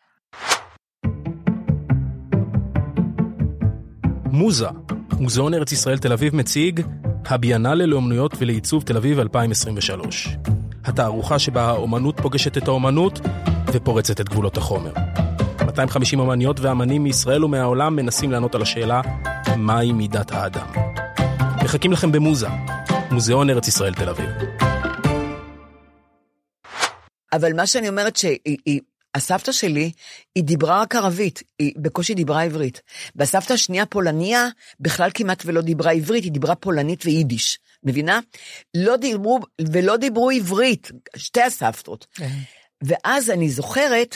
מוזה, מוזיאון ארץ ישראל תל אביב מציג הביאנלה לאומנויות ולעיצוב תל אביב 2023. התערוכה שבה האומנות פוגשת את האומנות ופורצת את גבולות החומר. 250 אומניות ואמנים מישראל ומהעולם מנסים לענות על השאלה מהי מידת האדם. מחכים לכם במוזה, מוזיאון ארץ ישראל תל אביב. אבל מה שאני אומרת הסבתא שלי, היא דיברה רק ערבית, היא בקושי דיברה עברית. והסבתא השנייה פולניה, בכלל כמעט ולא דיברה עברית, היא דיברה פולנית ויידיש. מבינה? לא דיברו עברית, שתי הסבתות. ואז אני זוכרת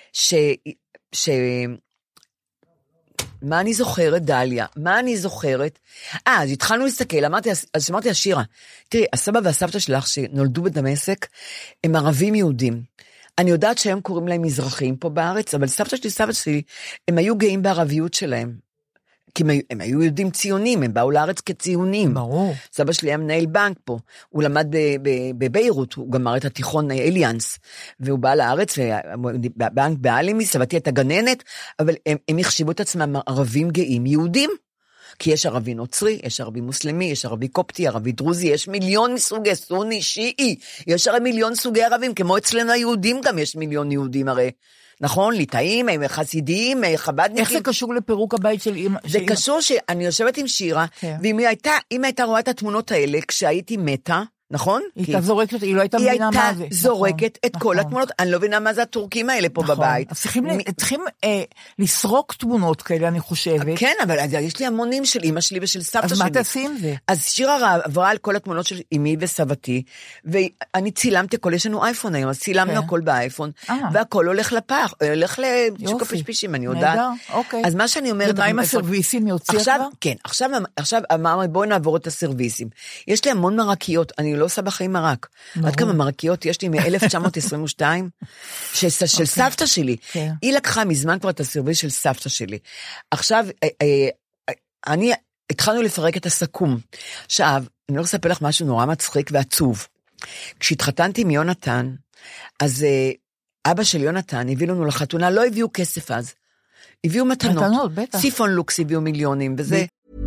מה אני זוכרת, דליה? מה אני זוכרת? אז התחלנו להסתכל, אז אמרתי לשירה, תראי, הסבא והסבתא שלך שנולדו בדמשק, הם ערבים יהודים. אני יודעת שהם קוראים להם מזרחים פה בארץ, אבל סבתא שלי, הם היו גאים בערביות שלהם. כי הם היו יהודים ציונים, הם באו לארץ כציונים. ברור. סבא שלי היה מנהל בנק פה, הוא למד בביירות, הוא גמר את התיכון אליאנס, והוא בא לארץ, בבנק באלימי, סבתי הייתה גננת, אבל הם החשיבו את עצמם ערבים גאים יהודים. כי יש ערבי נוצרי, יש ערבי מוסלמי, יש ערבי קופטי, ערבי דרוזי, יש מיליון מסוגי סוני, שיעי, יש הרי מיליון סוגי ערבים, כמו אצלנו היהודים גם יש מיליון יהודים הרי. נכון, ליטאים, חסידים, חבדניקים. איך זה קשור לפירוק הבית של אמא? זה קשור שאני יושבת עם שירה, ואם היא הייתה רואה את התמונות האלה, כשהייתי מתה, נכון? היא הייתה זורקת, היא לא הייתה מבינה מה זה. היא הייתה זורקת את כל התמונות, אני לא מבינה מה זה הטורקים האלה פה בבית. צריכים לסרוק תמונות כאלה, אני חושבת. כן, אבל יש לי המונים של אמא שלי ושל סבתא שלי. אז מה תעשי עם זה? אז שירה עברה על כל התמונות של אמי וסבתי, ואני צילמתי הכל, יש לנו אייפון היום, אז צילמנו הכל באייפון, והכל הולך לפח, הולך לשוק הפשפישים, אני יודעת. אז מה שאני אומרת... ומה עם הסרוויסים יוציא כבר? כן, עכשיו אמרנו, בואו נעבור את הסרוויסים. יש לי המון מרקיות, אני לא עושה בחיים מרק. עד כמה מרקיות יש לי מ-1922, של סבתא שלי. היא לקחה מזמן כבר את הסרוויס של סבתא שלי. עכשיו, התחלנו לפרק את הסכום. עכשיו, אני לא אספר לך משהו נורא מצחיק ועצוב. כשהתחתנתי עם יונתן, אז אבא של יונתן הביא לנו לחתונה, לא הביאו כסף אז. הביאו מתנות. בטח. סיפון לוקס הביאו מיליונים, וזה...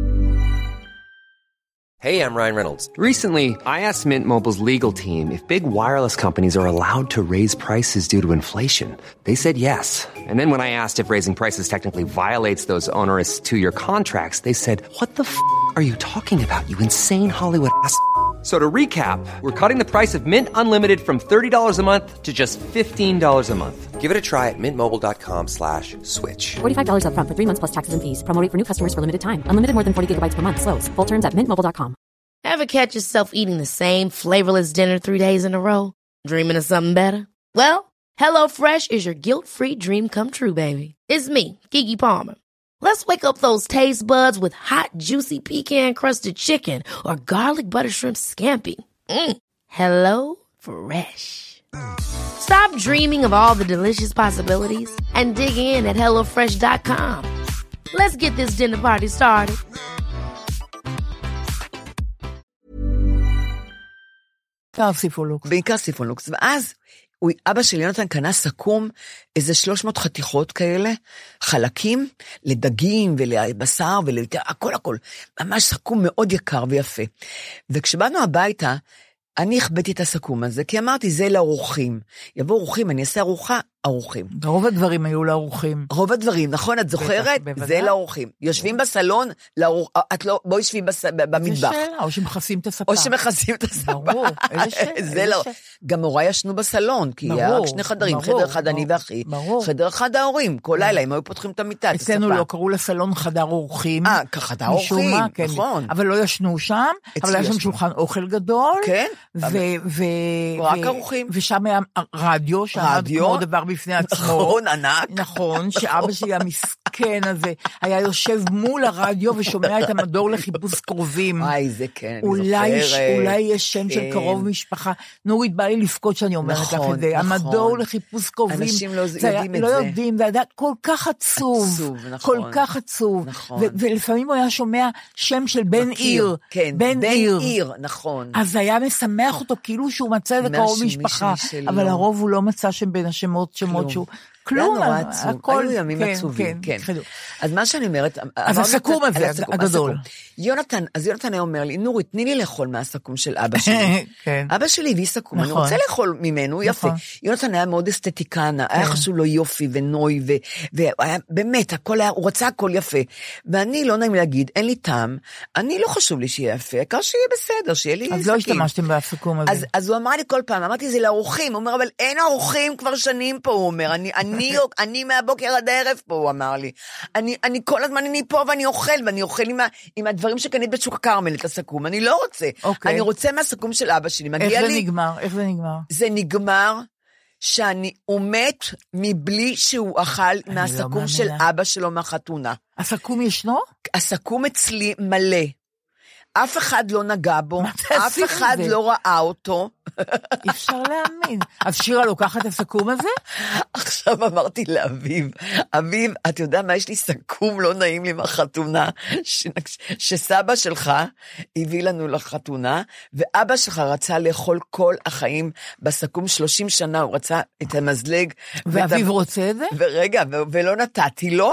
Hey, I'm Ryan Reynolds. Recently, I asked Mint Mobile's legal team if big wireless companies are allowed to raise prices due to inflation. They said yes. And then when I asked if raising prices technically violates those onerous two-year contracts, they said, what the f*** are you talking about, you insane Hollywood ass f- So to recap, we're cutting the price of Mint Unlimited from $30 a month to just $15 a month. Give it a try at mintmobile.com/switch. $45 up front for 3 months plus taxes and fees. Promo rate for new customers for limited time. Unlimited more than 40 gigabytes per month. Slows full terms at mintmobile.com. Ever catch yourself eating the same flavorless dinner 3 days in a row? Dreaming of something better? Well, HelloFresh is your guilt-free dream come true, baby. It's me, Keke Palmer. Let's wake up those taste buds with hot, juicy pecan-crusted chicken or garlic butter shrimp scampi. Hello Fresh. Stop dreaming of all the delicious possibilities and dig in at HelloFresh.com. Let's get this dinner party started. בעיקר סיפונלוקס. ואז אבא שלי יונתן קנה סכום, איזה 300 חתיכות כאלה, חלקים, לדגים ולבשר הכל. ממש סכום מאוד יקר ויפה. וכשבאנו הביתה, אני הכבדתי את הסכום הזה, כי אמרתי, זה לאורחים. יבואו אורחים, אני אעשה אורחים. רוב הדברים היו לאורחים. רוב הדברים, נכון? את זוכרת? זה לאורחים. יושבים בסלון, את לא, בואי יושבים במטבח. זה שאלה, או שמכסים את הספה. ברור, איזה שאלה. גם הוריי ישנו בסלון, כי היה רק 2 חדרים, חדר אחד אני ואחי, חדר אחד ההורים, כל לילה, הם היו פותחים את המיטה, את הספה. אצלנו לא קראו לסלון חדר אורחים. חדר אורחים, נכון. אבל לא ישנו שם, אבל היה שם שולחן אוכל גדול. כן. רק אורחים. ושם היה רדיו, שעמד כמו דבר בפני עצמו. נכון, ענק. נכון, שאבא שלי המסכן הזה, היה יושב מול הרדיו ושומע את המדור לחיפוש קרובים. וואי, זה כן, אני זוכרת. אולי יש שם של קרוב משפחה. נורית, בא לי לפקוד שאני אומרת לך את זה. המדור לחיפוש קרובים. אנשים לא יודעים את לא זה. יודעים, זה היה כל כך עצוב. כל כך עצוב. ולפעמים הוא היה שומע שם של בן עיר. כן, בן עיר, נכון. אז היה משמח אותו כאילו שהוא מצא את קרוב משפחה. אבל הרוב הוא לא מצא שם בין השמות שהוא... כלום, הכל ימים עצובים, כן. אז מה שאני אומרת, אז הסכום הזה, הגדול. יונתן היה אומר לי, נורי, תני לי לאכול מהסכום של אבא שלי. אבא שלי הביא סכום, אני רוצה לאכול ממנו, יפה. יונתן היה מאוד אסתטיקן, היה חשוב לו יופי ונוי, והיה באמת, הוא רצה הכל יפה. ואני לא נעים להגיד, אין לי טעם, אני לא חשוב לי שיהיה יפה, העיקר שיהיה בסדר, שיהיה לי אז לא השתמשתם בסכום הזה. אז הוא אמר לי כל פעם, אמרתי, זה לאורחים, הוא אומר, אבל אין אורחים כבר שנים פה, הוא אומר, אני מהבוקר עד הערב פה, הוא אמר לי. אני כל הזמן אני פה ואני אוכל עם הדברים שקנית בשוק הכרמל, את הסכום. אני לא רוצה. אני רוצה מהסכום של אבא שלי. איך זה נגמר? זה נגמר שאני מת מבלי שהוא אכל מהסכום של אבא שלו מהחתונה. הסכום ישנו? הסכום אצלי מלא. אף אחד לא נגע בו, אף אחד לא ראה אותו. אפשר להאמין. אז שירה לוקחת את הסכום הזה? עכשיו אמרתי לאביב, אביב, את יודע מה, יש לי סכום לא נעים לי מהחתונה, שסבא שלך הביא לנו לחתונה, ואבא שלך רצה לאכול כל החיים בסכום 30 שנה, הוא רצה את המזלג. ואביב רוצה את זה? ורגע, ולא נתתי לו,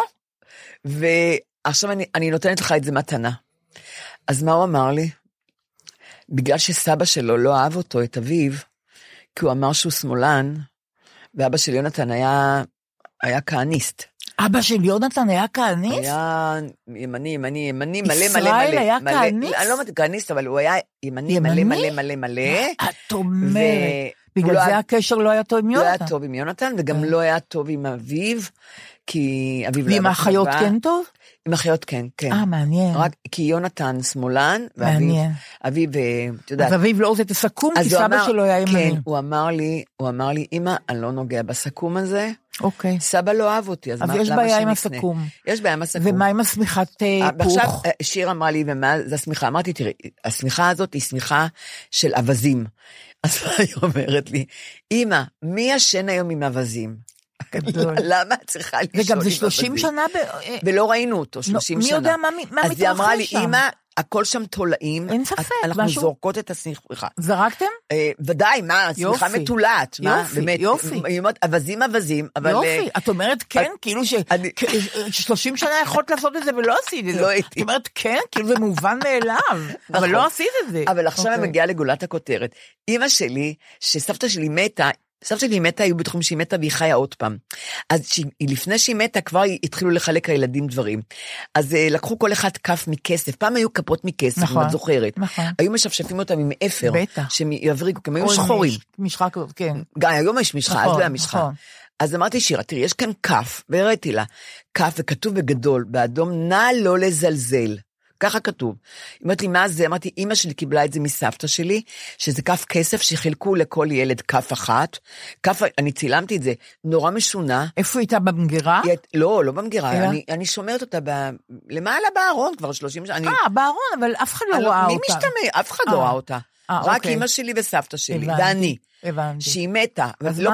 ועכשיו אני נותנת לך את זה מתנה. אז מה הוא אמר לי? בגלל שסבא שלו לא אהב אותו, את אביו, כי הוא אמר שהוא שמאלן, ואבא של יונתן היה כהניסט. אבא של יונתן היה כהניסט? היה ימני, מלא. ישראל היה כהניסט? אני לא אומרת כהניסט, אבל הוא היה ימני מלא. את אומרת. בגלל זה הקשר לא היה טוב עם יונתן. לא היה טוב עם יונתן, וגם לא היה טוב עם אביו, כי אביו לא היה... ועם האחיות כן טוב? עם אחיות כן. מעניין. רק כי יונתן שמאלן, ואביו, אתה יודעת. אז אביו לא עושה את הסכום, כי סבא שלו היה ימני. כן, הוא אמר לי, אמא, אני לא נוגע בסכום הזה. אוקיי. סבא לא אהב אותי, אז יש בעיה עם הסכום. יש בעיה עם הסכום. ומה עם הסמיכת פוך? עכשיו, שיר אמרה לי, ומה זה הסמיכה? אמרתי, תראי, הסמיכה הזאת היא סמיכה של אבזים. אז היא אומרת לי, אמא, מי ישן היום עם אבזים? למה צריכה לשאול? וגם זה 30 שנה ולא ראינו אותו, 30 שנה. מי יודע מה מתרחש שם? אז היא אמרה לי, אמא, הכל שם תולעים. אין ספק. אנחנו זורקות את הסמיכה. זרקתם? ודאי, מה? הסמיכה מטולעת. יופי. אבזים, אבל... יופי. את אומרת כן, כאילו ש30 שנה יכולת לעשות את זה ולא עשית את זה. את אומרת כן, כאילו זה מובן מאליו. אבל לא עשית את זה. אבל עכשיו אני מגיעה לגולת הכותרת. אמא שלי, שסבתא שלי מתה, סבתא שלי מתה, היו בטוחים שהיא מתה והיא חיה עוד פעם. אז לפני שהיא מתה, כבר התחילו לחלק הילדים דברים. אז לקחו כל אחד כף מכסף. פעם היו כפות מכסף, אם את זוכרת. היו משפשפים אותם עם אפר. בטח. שהם יבריקו, כי הם היו שחורים. משחה כזאת, כן. היום יש משחה, אז לא היה משחה. אז אמרתי, שירה, תראי, יש כאן כף, והראיתי לה, כף וכתוב בגדול, באדום, נא לא לזלזל. ככה כתוב. אמרתי לי, מה זה? אמרתי, אמא שלי קיבלה את זה מסבתא שלי, שזה כף כסף שחילקו לכל ילד כף אחת. אני צילמתי את זה, נורא משונה. איפה הייתה במגירה? לא במגירה. אני שומרת אותה למעלה בארון כבר 30 שנה. בארון, אבל אף אחד לא ראה אותה. מי משתמע? אף אחד לא ראה אותה. רק אמא שלי וסבתא שלי, ואני. שהיא מתה,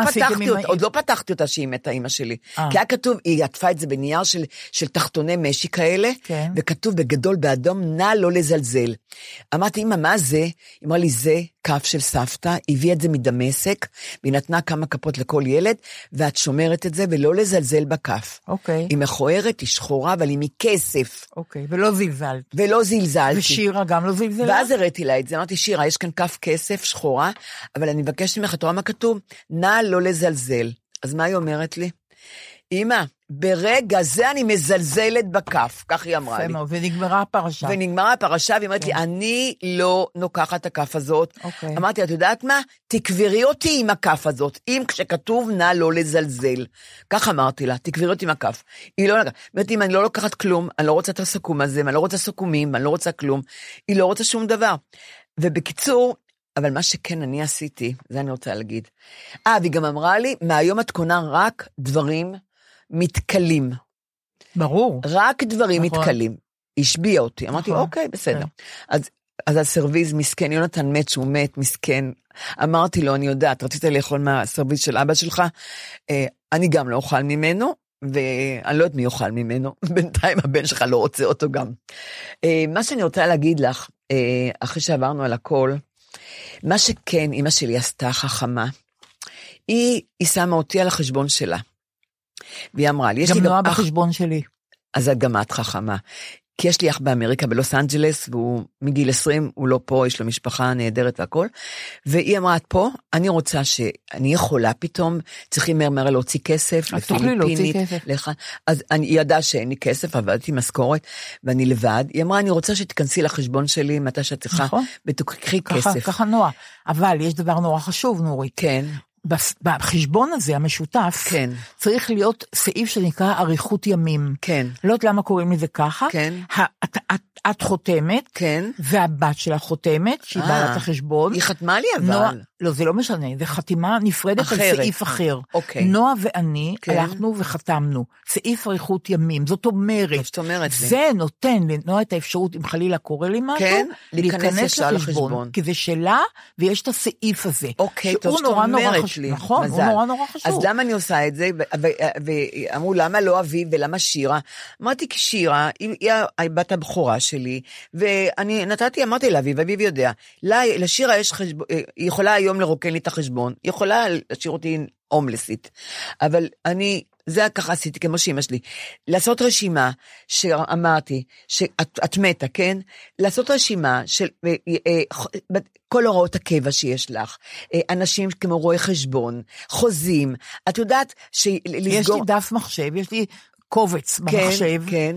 עוד לא פתחתי אותה שהיא מתה, אמא שלי, כי היה כתוב, היא עטפה את זה בנייר של תחתוני משי כאלה, וכתוב בגדול באדום, נא לא לזלזל. אמרתי, אמא, מה זה? היא אמרה לי, זה כף של סבתא, הביא את זה מדמשק, והיא נתנה כמה כפות לכל ילד, ואת שומרת את זה, ולא לזלזל בכף. היא מכוערת, היא שחורה, אבל היא מכסף. ולא זלזלת. ולא זלזלתי. ושירה גם לא זלזלה? ואז הראיתי לה את זה, אמרתי, שירה, יש כאן כף כסף שחורה, אבל אני מבקשת ממך, את רואה מה כתוב? נא לא לזלזל. אז מה היא אומרת לי? אמא, ברגע זה אני מזלזלת בכף, כך היא אמרה לי. ונגמרה הפרשה. ונגמרה הפרשה, והיא אמרת לי, אני לא נוקחת את הכף הזאת. אמרתי, את יודעת מה? תקברי אותי עם הכף הזאת, אם כשכתוב נא לא לזלזל. כך אמרתי לה, תקברי אותי עם הכף. היא לא נקחת. אמרתי, אם אני לא לוקחת כלום, אני לא רוצה את הסכום הזה, אני לא רוצה סכומים, אני לא רוצה כלום. היא לא רוצה שום דבר. ובקיצור, אבל מה שכן אני עשיתי, זה אני רוצה להגיד. והיא גם אמרה לי, מהיום את קונה רק דברים מתקלים. ברור. רק דברים מתקלים. השביע אותי. אמרתי, אוקיי, בסדר. אז הסרוויז מסכן, יונתן מת שהוא מת, מסכן. אמרתי לו, אני יודעת, רצית לאכול מהסרוויז של אבא שלך, אני גם לא אוכל ממנו, ואני לא יודעת מי אוכל ממנו, בינתיים הבן שלך לא רוצה אותו גם. מה שאני רוצה להגיד לך, אחרי שעברנו על הכל, מה שכן, אמא שלי עשתה חכמה, היא שמה אותי על החשבון שלה. והיא אמרה לי, גם נועה בחשבון שלי. אז גם את חכמה. כי יש לי אח באמריקה, בלוס אנג'לס, והוא מגיל 20, הוא לא פה, יש לו משפחה נהדרת והכל. והיא אמרה, את פה, אני רוצה שאני יכולה פתאום, צריכים מהר להוציא כסף, לפיליפינית. אז היא ידעה שאין לי כסף, עבדתי משכורת, ואני לבד. היא אמרה, אני רוצה שתכנסי לחשבון שלי, מתי שאת צריכה, ותקחי כסף. ככה נועה. אבל יש דבר נורא חשוב, נורית. כן. בחשבון הזה, המשותף, כן. צריך להיות סעיף שנקרא אריכות ימים. כן. לא יודעת למה קוראים לזה ככה. כן. את חותמת, כן. והבת שלה חותמת, שהיא בעלת החשבון. היא חתמה לי אבל. לא, זה לא משנה, זה חתימה נפרדת על סעיף אחר. אוקיי. נועה ואני הלכנו וחתמנו, סעיף אריכות ימים, זאת אומרת, זה נותן לנועה את האפשרות, אם חלילה קורה לי משהו, להיכנס לחשבון, כי זה שלה, ויש את הסעיף הזה. אוקיי, טוב שאתה אומרת לי. נכון, הוא נורא נורא חשוב. אז למה אני עושה את זה? ואמרו, למה לא אביב ולמה שירה? אמרתי, כי שירה, היא בת הבכורה שלי, ואני נתתי, אמרתי לאביב, אביב יודע, לשירה יש חשבון, היא יכולה היום לרוקן לי את החשבון, היא יכולה להשאיר אותי הומלסית, אבל אני, זה ככה עשיתי כמו שאמא שלי, לעשות רשימה, שאמרתי, שאת מתה, כן? לעשות רשימה של כל הוראות הקבע שיש לך, אנשים כמו רואי חשבון, חוזים, את יודעת שלסגור... יש לי דף מחשב, יש לי קובץ במחשב, כן,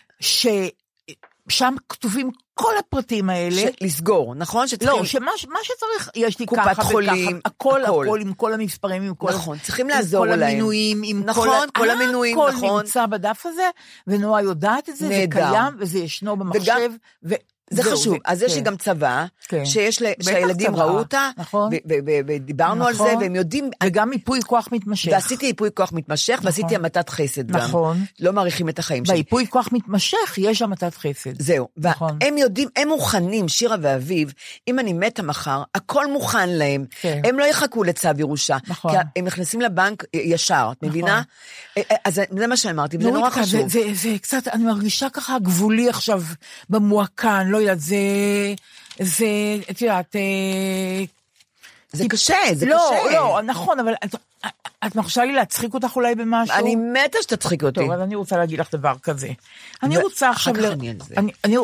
שם כתובים כל הפרטים האלה. לסגור, נכון? לא, שמה שצריך, יש לי ככה חולים, הכל, עם כל המספרים, עם כל... נכון, צריכים לעזור להם. כל המינויים, עם נכון, כל המינויים, נכון. הכל נמצא בדף הזה, ונועה יודעת את זה, זה קיים, וזה ישנו במחשב, זה חשוב, אז יש לי גם צבא, שהילדים ראו אותה, ודיברנו על זה, והם יודעים... וגם ייפוי כוח מתמשך. ועשיתי ייפוי כוח מתמשך, ועשיתי המתת חסד גם. נכון. לא מעריכים את החיים שלי. בייפוי כוח מתמשך יש המתת חסד. זהו, והם יודעים, הם מוכנים, שירה ואביב, אם אני מתה מחר, הכל מוכן להם. הם לא יחכו לצו ירושה, כי הם נכנסים לבנק ישר, את מבינה? אז זה מה שאמרתי, וזה נורא חשוב. זה קצת, אני מרגישה ככה גבולי עכשיו במועקן, לא יודעת, זה, את יודעת, זה קשה, זה לא, קשה. לא, נכון, אבל את מרשה לי להצחיק אותך אולי במשהו? אני מתה שתצחיק אותי. טוב, אז אני רוצה להגיד לך דבר כזה. אני רוצה עכשיו... אחר כך אני על זה.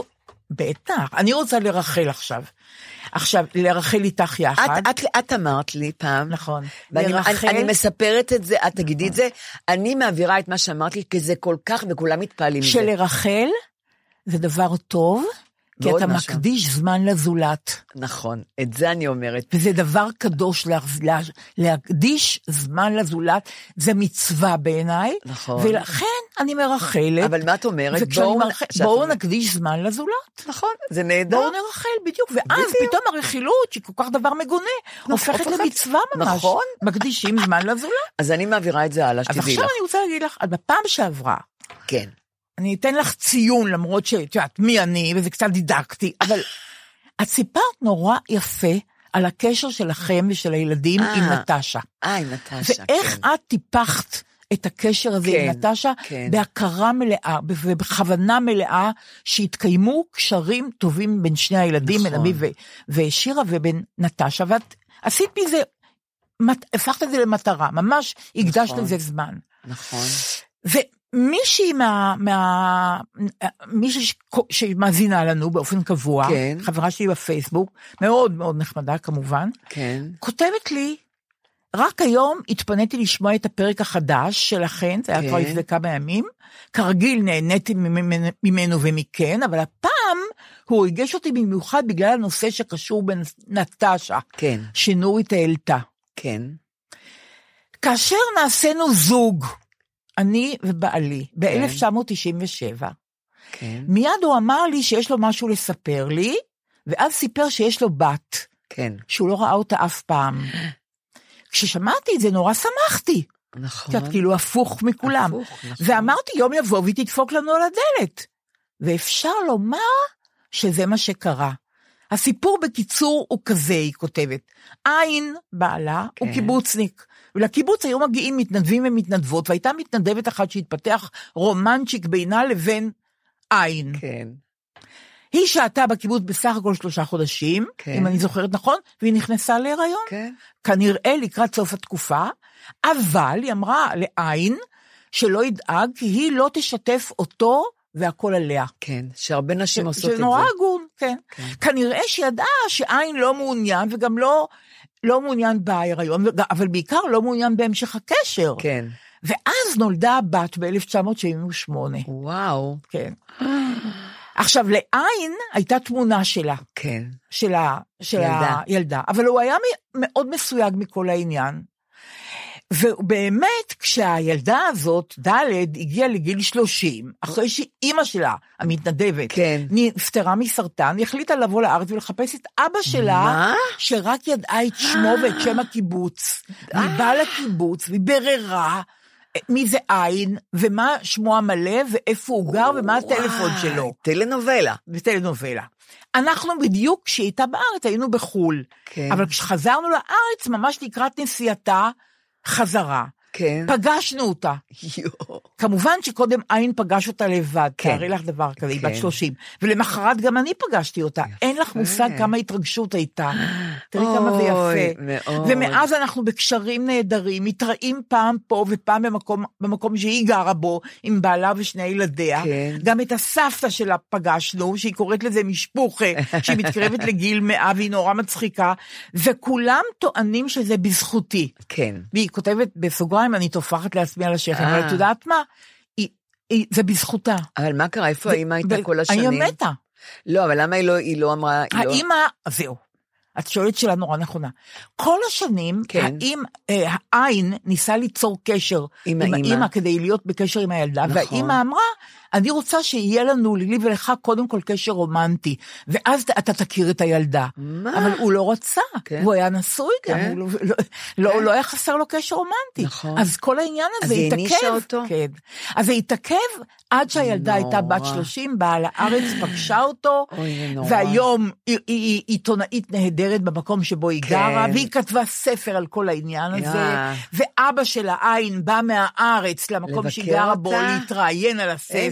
בטח, אני רוצה לרחל עכשיו. עכשיו, לרחל איתך יחד. את אמרת לי פעם. נכון. אני מספרת את זה, את תגידי את זה, אני מעבירה את מה שאמרת לי, כי זה כל כך, וכולם מתפעלים מזה. שלרחל זה דבר טוב, כי אתה מקדיש זמן לזולת. נכון, את זה אני אומרת. וזה דבר קדוש להקדיש זמן לזולת, זה מצווה בעיניי, נכון. ולכן אני מרחלת. אבל מה את אומרת? בואו נקדיש זמן לזולת. נכון, זה נהדר. בואו נרחל, בדיוק, ואז פתאום הרכילות, שהיא כל כך דבר מגונה, הופכת למצווה ממש. נכון. מקדישים זמן לזולת. אז אני מעבירה את זה הלאה, שתדעי לך. אז עכשיו אני רוצה להגיד לך, בפעם שעברה, כן. אני אתן לך ציון, למרות שאת יודעת מי אני, וזה קצת דידקטי, אבל את סיפרת נורא יפה על הקשר שלכם ושל הילדים עם נטשה. עם נטשה, ואיך את טיפחת את הקשר הזה עם נטשה, בהכרה מלאה, ובכוונה מלאה, שהתקיימו קשרים טובים בין שני הילדים, בין אבי ושירה ובין נטשה, ואת עשית מזה, הפכת את זה למטרה, ממש הקדשת לזה זמן. נכון. מישהי מישהי שמאזינה לנו באופן קבוע, חברה שלי בפייסבוק, מאוד מאוד נחמדה כמובן, כותבת לי, רק היום התפניתי לשמוע את הפרק החדש שלכן, זה היה כבר לפני כמה ימים, כרגיל נהניתי ממנו ומכן, אבל הפעם הוא הרגש אותי במיוחד בגלל הנושא שקשור בנטשה, שנורית העלתה. כאשר נעשינו זוג, אני ובעלי, ב-1997, מיד הוא אמר לי שיש לו משהו לספר לי, ואז סיפר שיש לו בת, שהוא לא ראה אותה אף פעם. כששמעתי את זה נורא שמחתי, קצת כאילו הפוך מכולם, ואמרתי יום יבוא והיא תדפוק לנו על הדלת, ואפשר לומר שזה מה שקרה. הסיפור בקיצור הוא כזה, היא כותבת, עין בעלה הוא קיבוצניק, ולקיבוץ היו מגיעים מתנדבים ומתנדבות, והייתה מתנדבת אחת שהתפתח רומנצ'יק בינה לבין עין. היא שעתה בקיבוץ בסך הכל 3 חודשים, אם אני זוכרת נכון, והיא נכנסה להיריון. כנראה לקראת סוף התקופה, אבל היא אמרה לעין שלא ידאג, כי היא לא תשתף אותו והכל עליה. כן, שהרבה נשים עושות את זה. שנורא הגון, כן. כנראה שידעה שעין לא מעוניין, וגם לא מעוניין בהיריון, אבל בעיקר לא מעוניין בהמשך הקשר. כן. ואז נולדה הבת ב-1978. וואו. כן. עכשיו, לעין הייתה תמונה שלה. כן. של הילדה. אבל הוא היה מאוד מסויג מכל העניין. ובאמת, כשהילדה הזאת, ד' הגיעה לגיל 30, אחרי שאימא שלה, המתנדבת, נפטרה מסרטן, היא החליטה לבוא לארץ ולחפש את אבא שלה, שרק ידעה את שמו ואת שם הקיבוץ. היא באה לקיבוץ, והיא בררה, מי זה עין, ומה שמו המלא, ואיפה הוא גר, ומה הטלפון שלו. טלנובלה. וטלנובלה. אנחנו בדיוק, כשהיא הייתה בארץ, היינו בחול. אבל כשחזרנו לארץ, ממש לקראת נסיעתה, חזרה. פגשנו אותה. כמובן שקודם עין פגש אותה לבד, תארי לך דבר כזה, היא בת 30. ולמחרת גם אני פגשתי אותה. אין לך מושג כמה התרגשות הייתה. תראי כמה זה יפה. ומאז אנחנו בקשרים נהדרים, מתראים פעם פה ופעם במקום שהיא גרה בו, עם בעלה ושני ילדיה. גם את הסבתא שלה פגשנו, שהיא קוראת לזה משפוחה, שהיא מתקרבת לגיל 100 והיא נורא מצחיקה, וכולם טוענים שזה בזכותי. והיא כותבת בסוגריים, אני תופחת לעצמי על השכם, אבל את יודעת מה? זה בזכותה. אבל מה קרה? איפה האמא הייתה כל השנים? היא מתה. לא, אבל למה היא לא אמרה? האמא, זהו. את שואלת שאלה נורא נכונה. כל השנים, האם העין ניסה ליצור קשר עם האמא כדי להיות בקשר עם הילדה, והאמא אמרה, אני רוצה שיהיה לנו, לי ולך, קודם כל קשר רומנטי, ואז אתה תכיר את הילדה. אבל הוא לא רצה, הוא היה נשוי גם, הוא לא היה חסר לו קשר רומנטי. אז כל העניין הזה התעכב. אז זה התעכב עד שהילדה הייתה בת 30, באה לארץ, פגשה אותו, והיום היא עיתונאית נהדרת במקום שבו היא גרה, והיא כתבה ספר על כל העניין הזה, ואבא שלה עין בא מהארץ למקום שהיא גרה בו, להתראיין על הספר,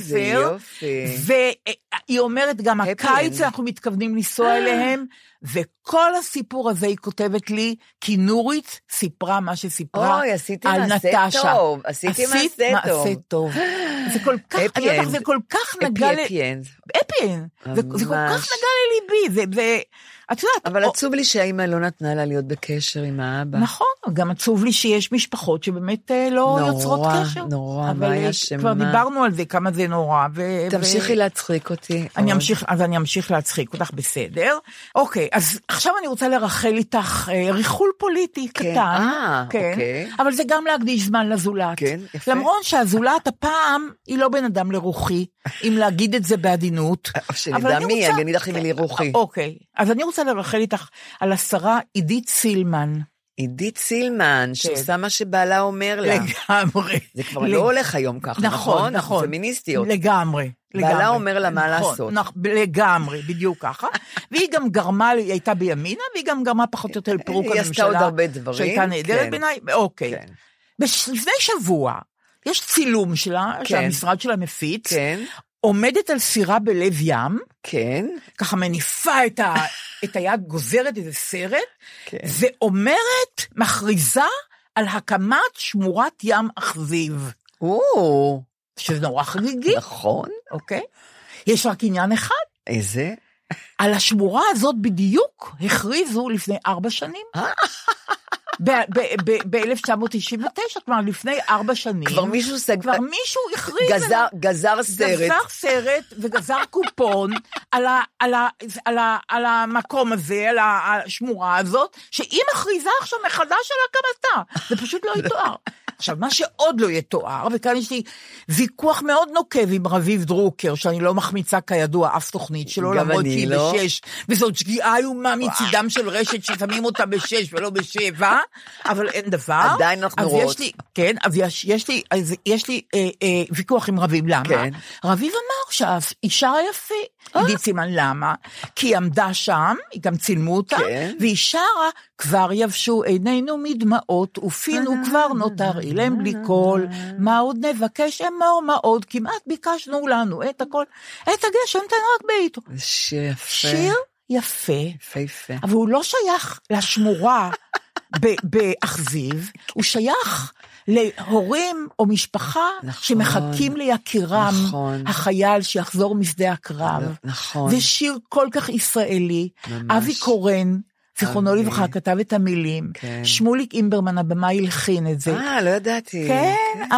ספר, והיא אומרת גם הקיץ אנחנו מתכוונים לנסוע אליהם, וכל הסיפור הזה היא כותבת לי, כי נורית סיפרה מה שסיפרה על נטשה. עשיתי מעשה טוב. זה כל כך, אני יודעת, זה כל כך נגע זה כל כך נגע לליבי, את יודעת, אבל עצוב לי שהאמא לא נתנה לה להיות בקשר עם האבא. נכון, גם עצוב לי שיש משפחות שבאמת לא יוצרות קשר. נורא, מה היה שמה? כבר דיברנו על זה, כמה זה נורא. תמשיכי להצחיק אותי. אז אני אמשיך להצחיק אותך, בסדר. אוקיי, אז עכשיו אני רוצה לרחל איתך ריחול פוליטי קטן. כן, אבל זה גם להקדיש זמן לזולת. כן, יפה. למרות שהזולת הפעם היא לא בן אדם לרוחי, אם להגיד את זה בעדינות. שנדע מי, אני אגיד לך אם היא לרוחי. אוקיי, אז אני רוצה לרחל איתך על השרה עידית סילמן. עידית סילמן, שעושה מה שבעלה אומר לה. לגמרי. זה כבר לא הולך היום ככה, נכון? נכון. פמיניסטיות. לגמרי. בעלה אומר לה מה לעשות. לגמרי, בדיוק ככה. והיא גם גרמה, היא הייתה בימינה, והיא גם גרמה פחות או יותר פירוק הממשלה. היא עשתה עוד הרבה דברים. שהייתה נהדרת בעיניי. אוקיי. לפני שבוע, יש צילום שלה, שהמשרד שלה מפיץ. כן. עומדת על סירה בלב ים, כן. ככה מניפה את היד, גוזרת איזה סרט, כן. ואומרת, מכריזה על הקמת שמורת ים אכזיב. שזה נורא חגיגי. נכון. אוקיי? יש רק עניין אחד. איזה? על השמורה הזאת בדיוק הכריזו לפני 4 שנים. ב-1999, כלומר לפני 4 שנים. כבר מישהו הכריז. גזר סרט. גזר סרט וגזר קופון על המקום הזה, על השמורה הזאת, שהיא מכריזה עכשיו מחדש על הקמתה. זה פשוט לא יתואר. עכשיו, מה שעוד לא יתואר, וכאן יש לי ויכוח מאוד נוקב עם רביב דרוקר, שאני לא מחמיצה כידוע אף תוכנית שלו, למרות שהיא ב6, וזאת שגיאה איומה מצידם של רשת ששמים אותה ב6 ולא ב7, אבל אין דבר. עדיין אנחנו רואות. אז יש לי ויכוח עם רביב, למה? כן. רביב אמר שהיא שרה יפה. עידית סילמן, למה? כי היא עמדה שם, היא גם צילמו אותה, והיא שרה, כבר יבשו עינינו מדמעות, ופינו כבר נותר אילם בלי קול, מה עוד נבקש אמור, מה עוד, כמעט ביקשנו לנו את הכל, את הגשם תן רק בעיתו. שיר יפה. שיר יפה. יפה. אבל הוא לא שייך לשמורה באכזיב, הוא שייך להורים או משפחה שמחכים ליקירם, החייל שיחזור משדה הקרב. נכון. זה שיר כל כך ישראלי. אבי קורן, זיכרונו לברכה, כתב את המילים. שמוליק אימברמן, הבמה הלחין את זה. לא ידעתי. כן,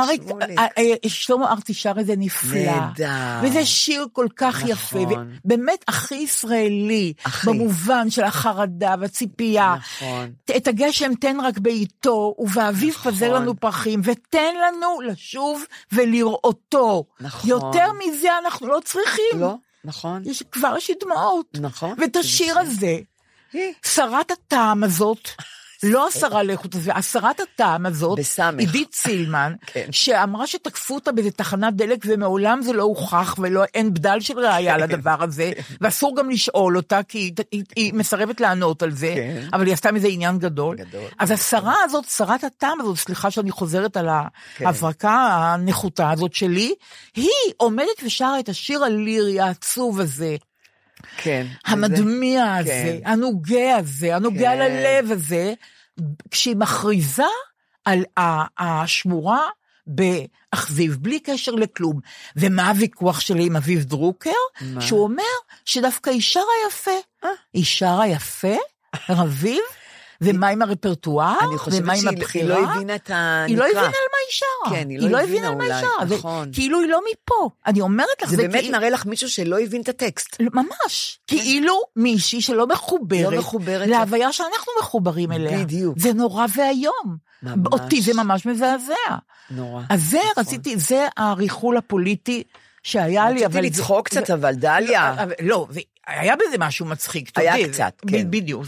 שלמה ארצי שר את זה נפלא. וזה שיר כל כך יפה, באמת הכי ישראלי, במובן של החרדה והציפייה. את הגשם תן רק בעיתו, ובאביב פזר לנו פרחים, ותן לנו לשוב ולראותו. יותר מזה אנחנו לא צריכים. לא, נכון. כבר יש דמעות. נכון. ואת השיר הזה, שרת הטעם הזאת, לא השרה לאיכות הזה, השרת הטעם הזאת, עידית סילמן, שאמרה שתקפו אותה באיזה תחנת דלק, ומעולם זה לא הוכח, ואין בדל של ראייה לדבר הזה, ואסור גם לשאול אותה, כי היא מסרבת לענות על זה, אבל היא עשתה מזה עניין גדול. אז השרה הזאת, שרת הטעם הזאת, סליחה שאני חוזרת על ההברקה הנחותה הזאת שלי, היא עומדת ושרה את השיר הלירי העצוב הזה, כן, המדמיע הזה, הנוגע הזה, הנוגע ללב הזה, כשהיא מכריזה על השמורה באכזיב, בלי קשר לכלום. ומה הוויכוח שלי עם אביב דרוקר? שהוא אומר שדווקא היא שרה יפה. היא שרה יפה, רביב, ומה עם הרפרטואר? אני חושבת שהיא לא הבינה את הנקרא. היא לא הבינה על מה היא שרה. כן, היא לא הבינה אולי, נכון. כאילו היא לא מפה. אני אומרת לך, זה באמת מראה לך מישהו שלא הבין את הטקסט. ממש. כאילו מישהי שלא מחוברת להוויה שאנחנו מחוברים אליה. בדיוק. זה נורא והיום. אותי זה ממש מזעזע. נורא. אז זה רציתי, זה הריחול הפוליטי שהיה לי. רציתי לצחוק קצת, אבל דליה. לא, היה בזה משהו מצחיק. היה קצת, כן. בדיוק.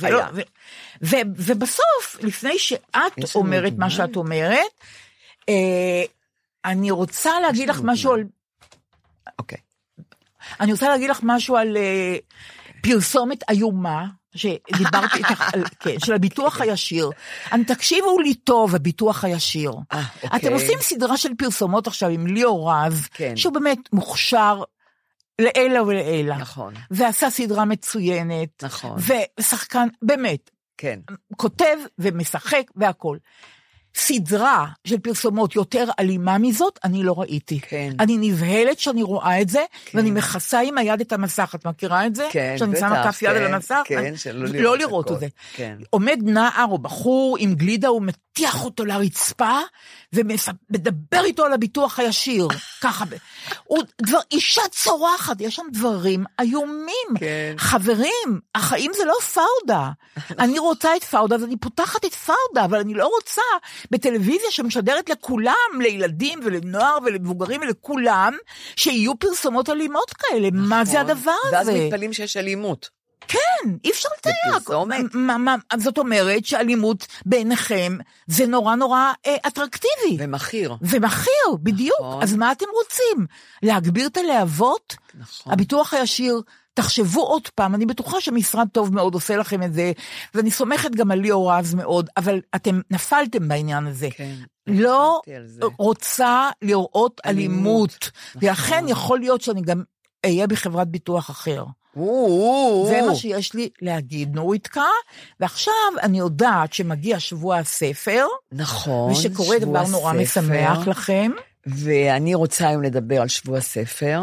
ובסוף, לפני שאת אומרת מה שאת אומרת, אני רוצה להגיד לך משהו על... אוקיי. אני רוצה להגיד לך משהו על פרסומת איומה, שדיברתי איתך, כן, של הביטוח הישיר. תקשיבו לי טוב, הביטוח הישיר. אתם עושים סדרה של פרסומות עכשיו עם ליאור רז, שהוא באמת מוכשר לאלה ולאלה. נכון. ועשה סדרה מצוינת. נכון. ושחקן, באמת. כן. כותב ומשחק והכל. סדרה של פרסומות יותר אלימה מזאת, אני לא ראיתי. כן. אני נבהלת שאני רואה את זה, כן. ואני מכסה עם היד את המסך. את מכירה את זה? כן, שאני שמה כף יד על המסך? כן, לא לראות את זה. כן. עומד נער או בחור עם גלידה, הוא מתיח אותו לרצפה, ומדבר איתו על הביטוח הישיר. ככה. אישה צורחת, יש שם דברים איומים. כן. חברים, החיים זה לא פאודה. אני רוצה את פאודה, אז אני פותחת את פאודה, אבל אני לא רוצה בטלוויזיה שמשדרת לכולם, לילדים ולנוער ולמבוגרים ולכולם, שיהיו פרסומות אלימות כאלה. נכון. מה זה הדבר הזה? ואז מתפלים שיש אלימות. כן, אי אפשר לתאר. זאת אומרת שאלימות בעיניכם זה נורא נורא אטרקטיבי. ומחיר. ומחיר, בדיוק. נכון. אז מה אתם רוצים? להגביר את הלהבות? נכון. הביטוח הישיר, תחשבו עוד פעם, אני בטוחה שמשרד טוב מאוד עושה לכם את זה, ואני סומכת גם על ליאור רז מאוד, אבל אתם נפלתם בעניין הזה. כן. לא רוצה לראות אלימות. ולכן יכול להיות שאני גם אהיה בחברת ביטוח אחר. זה מה שיש לי להגיד, נוריתקה, ועכשיו אני יודעת שמגיע שבוע הספר, נכון, ושקורה דבר נורא משמח לכם. ואני רוצה היום לדבר על שבוע הספר,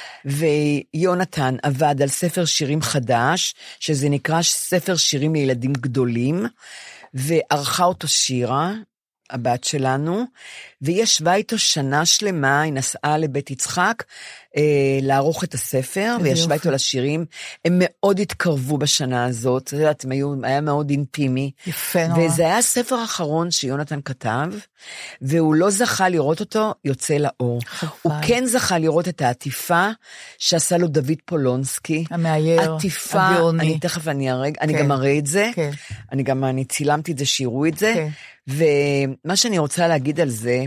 ויונתן עבד על ספר שירים חדש, שזה נקרא ספר שירים לילדים גדולים, וערכה אותו שירה, הבת שלנו, והיא ישבה איתו שנה שלמה, היא נסעה לבית יצחק, לערוך את הספר, וישבה איתו לשירים, הם מאוד התקרבו בשנה הזאת, את יודעת, היה מאוד אינטימי, יפה נורא. וזה היה הספר האחרון שיונתן כתב, והוא לא זכה לראות אותו יוצא לאור. הוא כן זכה לראות את העטיפה, שעשה לו דוד פולונסקי. המאייר, עטיפה, אני תכף אני גם אראה את זה, אני צילמתי את זה, שיראו את זה, ומה שאני רוצה להגיד על זה,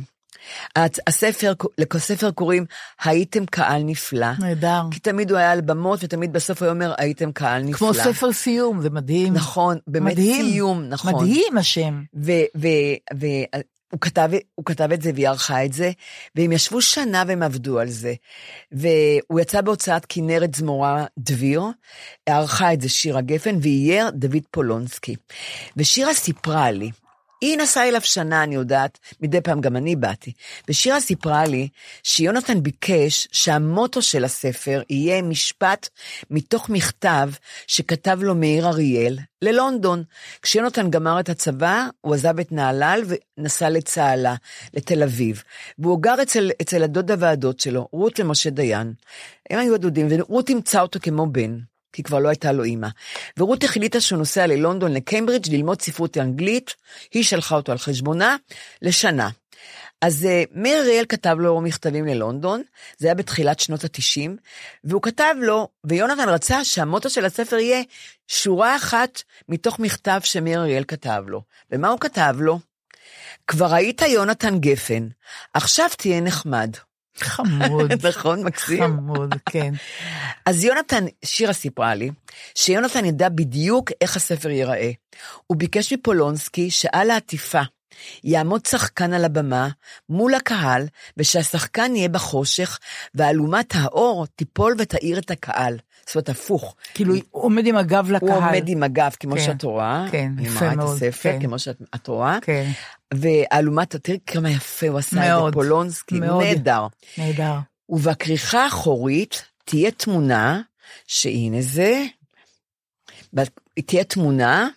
לספר קוראים הייתם קהל נפלא. נהדר. כי תמיד הוא היה על במות, ותמיד בסוף הוא אומר הייתם קהל נפלא. כמו ספר סיום, זה מדהים. נכון, באמת מדהים, סיום, נכון. מדהים השם. הוא כתב את זה והיא ערכה את זה, והם ישבו שנה והם עבדו על זה, והוא יצא בהוצאת כנרת זמורה דביר, ערכה את זה שירה גפן, ואייר דוד פולונסקי. ושירה סיפרה לי, היא נסעה אליו שנה, אני יודעת, מדי פעם גם אני באתי, ושירה סיפרה לי שיונתן ביקש שהמוטו של הספר יהיה משפט מתוך מכתב שכתב לו מאיר אריאל ללונדון. כשיונתן גמר את הצבא, הוא עזב את נהלל ונסע לצהלה, לתל אביב, והוא גר אצל הדודה והדוד שלו, רות ומשה דיין. הם היו הדודים, ורות ימצא אותו כמו בן. כי כבר לא הייתה לו אימא. ורות החליטה שהוא נוסע ללונדון, לקיימברידג' ללמוד ספרות אנגלית, היא שלחה אותו על חשבונה לשנה. אז מאיר אריאל כתב לו מכתבים ללונדון, זה היה בתחילת שנות ה-90, והוא כתב לו, ויונתן רצה שהמוטו של הספר יהיה שורה אחת מתוך מכתב שמאיר אריאל כתב לו. ומה הוא כתב לו? כבר היית יונתן גפן, עכשיו תהיה נחמד. חמוד. נכון, מקסים. חמוד, כן. אז שירה סיפרה לי, שיונתן ידע בדיוק איך הספר ייראה. הוא ביקש מפולונסקי שעל העטיפה יעמוד שחקן על הבמה מול הקהל, ושהשחקן יהיה בחושך, ואלומת האור תיפול ותאיר את הקהל. זאת אומרת, הפוך. כאילו, הוא עומד עם הגב לקהל. הוא עומד עם הגב, כמו שאת רואה. כן, יפה מאוד. אני מראה את הספר, כמו שאת רואה. כן. והאלומת, תראי כמה יפה הוא עשה את זה, פולונסקי, נהדר. נהדר. ובכריכה האחורית תהיה תמונה, שהנה זה, תהיה תמונה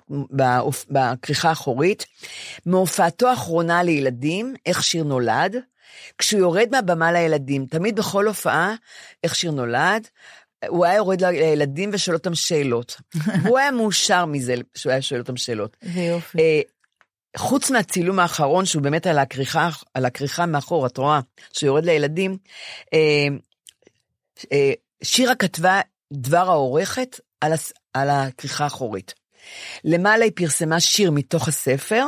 בכריכה האחורית, מהופעתו האחרונה לילדים, איך שיר נולד, כשהוא יורד מהבמה לילדים, תמיד בכל הופעה, איך שיר נולד, הוא היה יורד לילדים ושואל אותם שאלות. הוא היה מאושר מזה שהוא היה שואל אותם שאלות. זה יופי. חוץ מהצילום האחרון, שהוא באמת על הכריכה מאחור, את רואה, שהוא יורד לילדים, שירה כתבה דבר העורכת על הכריכה האחורית. למעלה היא פרסמה שיר מתוך הספר,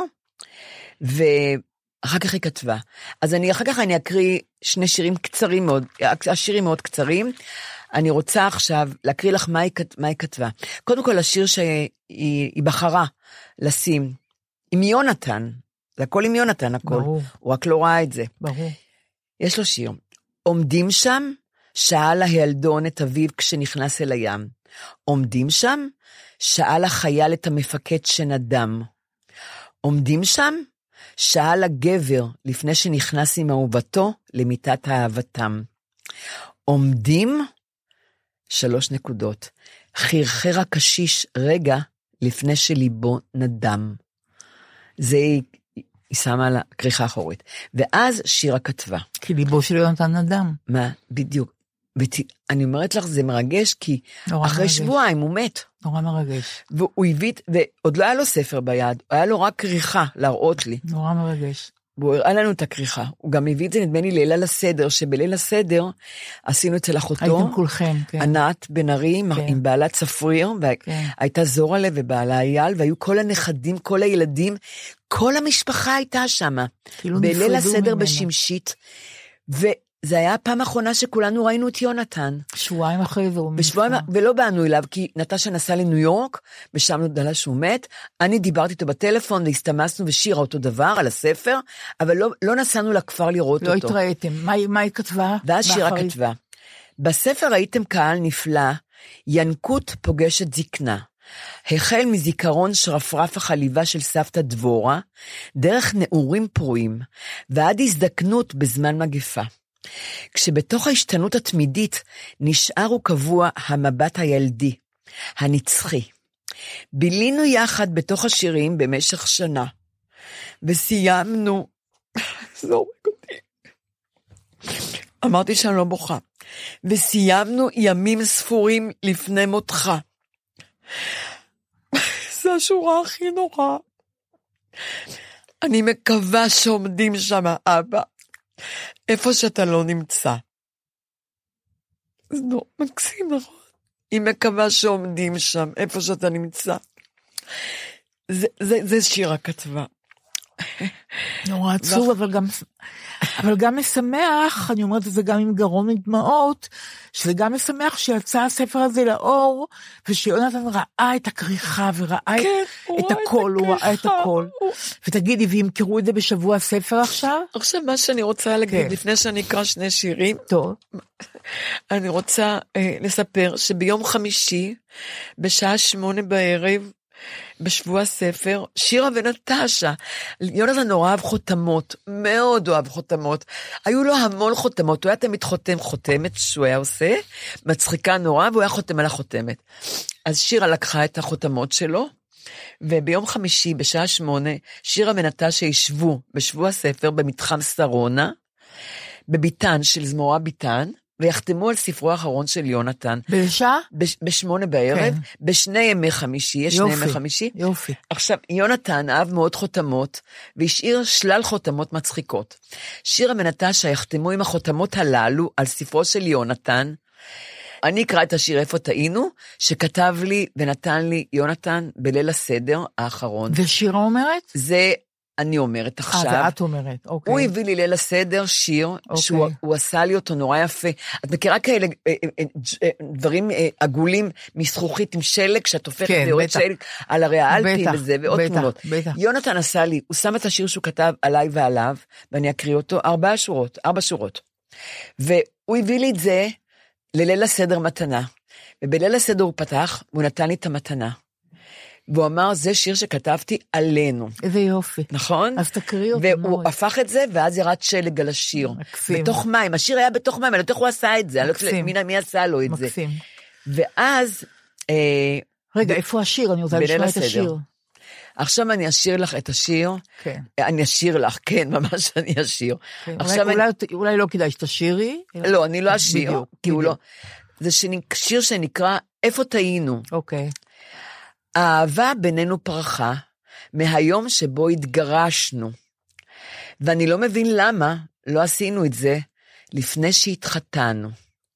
ואחר כך היא כתבה. אז אחר כך אני אקריא שני שירים קצרים מאוד, השירים מאוד קצרים, אני רוצה עכשיו להקריא לך מה היא כתבה. קודם כל, השיר שהיא בחרה לשים, עם יונתן, זה הכל עם יונתן, הכל. ברור. הוא רק לא ראה את זה. ברור. יש לו שיר. עומדים שם, שאל הילדון את אביו כשנכנס אל הים. עומדים שם, שאל החייל את המפקד שנדם. עומדים שם, שאל הגבר לפני שנכנס עם אהובתו למיטת אהבתם. עומדים, 3 נקודות. חרחר הקשיש רגע לפני שליבו נדם. זה היא שמה על הכריכה האחורית. ואז שירה כתבה. כי ליבו של יונתן נדם. מה? בדיוק. אני אומרת לך, זה מרגש, כי אחרי מרגש. שבועיים הוא מת. נורא מרגש. והוא הביא, ועוד לא היה לו ספר ביד, היה לו רק כריכה להראות לי. נורא מרגש. והוא הראה לנו את הכריכה. הוא גם הביא את זה, נדמה לי, ליל הסדר, שבליל הסדר עשינו אצל אחותו. הייתם כולכם, כן. ענת בן ארי, כן. עם בעלת צפריר, והייתה זורה לב ובעלה אייל, והיו כל הנכדים, כל הילדים, כל המשפחה הייתה שם. כאילו בליל הסדר בשמשית, זה היה הפעם האחרונה שכולנו ראינו את יונתן. שבועיים אחרי זה הוא בשבועיים, ולא באנו אליו, כי נטשה נסע לניו יורק, ושם נודע שהוא מת, אני דיברתי איתו בטלפון, והסתמסנו ושירה אותו דבר על הספר, אבל לא נסענו לכפר לראות לא אותו. לא התראיתם, מה היא כתבה? ואז שירה כתבה, בספר ראיתם קהל נפלא, ינקות פוגשת זקנה. החל מזיכרון שרפרף החליבה של סבתא דבורה, דרך נעורים פרועים, ועד הזדקנות בזמן מגפה. כשבתוך ההשתנות התמידית נשאר וקבוע המבט הילדי, הנצחי. בילינו יחד בתוך השירים במשך שנה, וסיימנו, זה הורג אותי, אמרתי שאני לא בוכה, וסיימנו ימים ספורים לפני מותך. זו השורה הכי נורא. אני מקווה שעומדים שם, אבא, איפה שאתה לא נמצא. זה לא מקסים, נכון? היא מקווה שעומדים שם, איפה שאתה נמצא. זה שירה כתבה. נורא עצוב, אבל גם משמח, אני אומרת את זה גם עם גרון מדמעות, שזה גם משמח שיצא הספר הזה לאור, ושיונתן ראה את הכריכה, וראה את הכל, הוא ראה את הכל. ותגידי, וימכרו את זה בשבוע הספר עכשיו? עכשיו מה שאני רוצה להגיד, לפני שאני אקרא 2 שירים, טוב. אני רוצה לספר שביום חמישי, בשעה 8 בערב, בשבוע הספר, שירה ונטשה, יונתן נורא אוהב חותמות, מאוד אוהב חותמות, היו לו המון חותמות, הוא היה תמיד חותמת שהוא היה עושה, מצחיקה נורא, והוא היה חותם על החותמת. אז שירה לקחה את החותמות שלו, וביום חמישי בשעה 8, שירה ונטשה ישבו בשבוע הספר במתחם שרונה, בביתן של זמורה ביתן, ויחתמו על ספרו האחרון של יונתן. בשעה? 8 בערב, בשני ימי חמישי, יש 2 ימי חמישי. יופי. עכשיו, יונתן אהב מאוד חותמות, והשאיר שלל חותמות מצחיקות. שירה ונטשה יחתמו עם החותמות הללו על ספרו של יונתן. אני אקרא את השיר איפה טעינו, שכתב לי ונתן לי יונתן בליל הסדר האחרון. ושירה אומרת? זה אני אומרת עכשיו. ואת אומרת, אוקיי. הוא הביא לי ליל הסדר שיר, שהוא עשה לי אותו נורא יפה. את מכירה כאלה דברים עגולים מזכוכית עם שלג, שאת הופכת לראות שלג על הרי האלפים וזה, ועוד תמונות. יונתן עשה לי, הוא שם את השיר שהוא כתב עליי ועליו, ואני אקריא אותו 4 שורות. והוא הביא לי את זה לליל הסדר מתנה. ובליל הסדר הוא פתח, והוא נתן לי את המתנה. והוא אמר, זה שיר שכתבתי עלינו. איזה יופי. נכון? אז תקריא אותו. והוא הפך את זה, ואז ירד שלג על השיר. מקסים. בתוך מים, השיר היה בתוך מים, אני לא יודעת הוא עשה את זה. מקסים. מי עשה לו את זה. מקסים. ואז... רגע, איפה השיר? אני רוצה לשמוע את השיר. עכשיו אני אשיר לך את השיר. כן. אני אשיר לך, כן, ממש אני אשיר. כן. אולי לא כדאי שתשירי. לא, אני לא אשיר. כי הוא לא... זה שיר שנקרא, איפה טעינו. אוקיי. האהבה בינינו פרחה, מהיום שבו התגרשנו. ואני לא מבין למה לא עשינו את זה לפני שהתחתנו.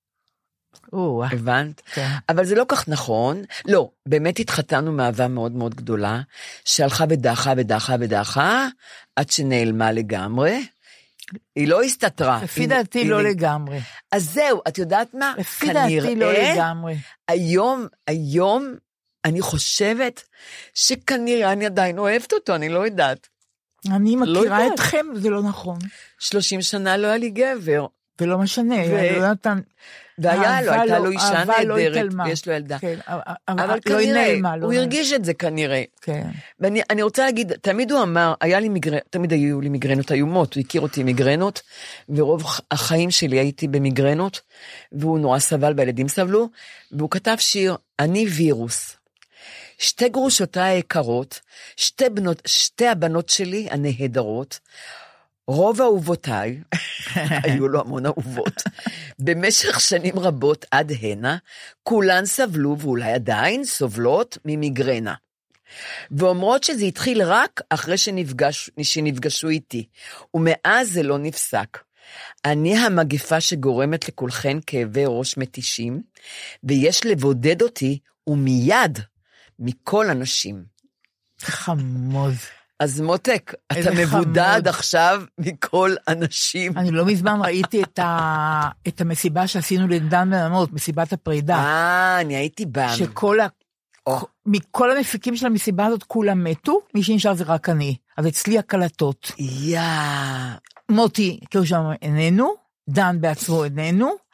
הבנת? כן. אבל זה לא כך נכון. לא, באמת התחתנו מאהבה מאוד מאוד גדולה, שהלכה ודחה, עד שנעלמה לגמרי. היא לא הסתתרה. לפי דעתי לא לגמרי. אז זהו, את יודעת מה? לפי דעתי לא לגמרי. היום אני חושבת שכנראה אני עדיין אוהבת אותו, אני לא יודעת. אני מכירה אתכם, זה לא נכון. 30 שנה לא היה לי גבר. ולא משנה, יונתן... והיה לו, הייתה לו אישה נהדרת, ויש לו ילדה. אבל כנראה, הוא הרגיש את זה כנראה. ואני רוצה להגיד, תמיד הוא אמר, תמיד היו לי מיגרנות איומות, הוא הכיר אותי מיגרנות, ורוב החיים שלי הייתי במיגרנות, והוא נורא סבל, והילדים סבלו, והוא כתב שיר, אני וירוס. 2 גרושותיי היקרות, 2 הבנות שלי הנהדרות, רוב אהובותיי, היו לו המון אהובות, במשך שנים רבות עד הנה, כולן סבלו ואולי עדיין סובלות ממיגרנה. ואומרות שזה התחיל רק אחרי שנפגשו איתי, ומאז זה לא נפסק. אני המגפה שגורמת לכולכן כאבי ראש מתישים, ויש לבודד אותי ומיד מכל אנשים. חמוד. אז מותק, אתה מבודד עכשיו מכל אנשים. אני לא מזמן ראיתי את המסיבה שעשינו לדן מלמות, מסיבת הפרידה. אני הייתי בה. מכל המפיקים של המסיבה הזאת כולם מתו, מי שנשאר זה רק אני. אז אצלי הקלטות. מוטי, כאילו שם איננו, דן בעצמו איננו,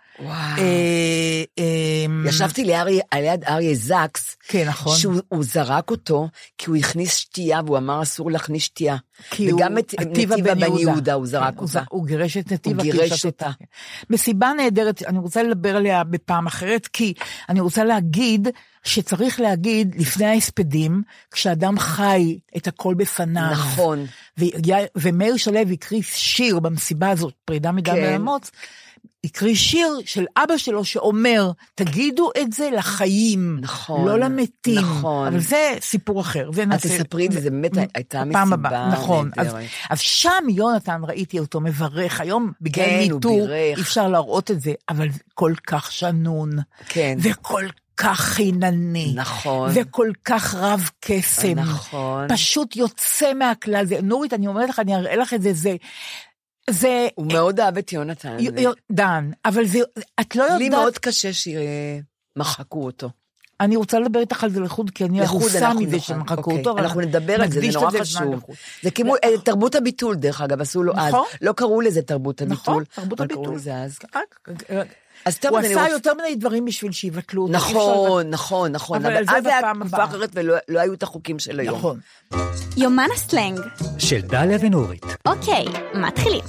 ישבתי ליד אריה זקס, כן, נכון. שהוא זרק אותו, כי הוא הכניס שתייה, והוא אמר אסור להכניס שתייה. וגם את נתיבה בן יהודה, הוא זרק אותה. הוא גירש את נתיבה. הוא גירש אותה. מסיבה נהדרת, אני רוצה לדבר עליה בפעם אחרת, כי אני רוצה להגיד, שצריך להגיד לפני ההספדים, כשאדם חי את הכל בפניו. נכון. ומאיר שלו הקריא שיר במסיבה הזאת, פרידה מדן מלמות, יקריא שיר של אבא שלו שאומר, תגידו את זה לחיים, נכון, לא למתים. נכון. אבל זה סיפור אחר. את תספרי את זה, זה באמת הייתה מסיבה. נכון. אז שם יונתן ראיתי אותו מברך, היום בגלל ניטור אי אפשר להראות את זה, אבל כל כך שנון. כן. וכל כך חינני. נכון. וכל כך רב קסם. נכון. פשוט יוצא מהכלל. נורית, אני אומרת לך, אני אראה לך את זה, הוא מאוד אהב את יונתן. דן, אבל זה, את לא יודעת... לי מאוד קשה שמחקו אותו. אני רוצה לדבר איתך על זה לחוד, כי אני הרוסה מזה שמחקו אותו. אנחנו נדבר על זה, זה נורא חשוב. זה כמו תרבות הביטול, דרך אגב, עשו לו אז. לא קראו לזה תרבות הביטול. נכון, תרבות הביטול. קראו לזה אז. הוא עשה יותר מיני דברים בשביל שיבטלו אותו. נכון. אבל אז זה היה תקופה אחרת ולא היו את החוקים של היום. נכון. יומן הסלנג של דליה ונורית. אוקיי, מתחילים.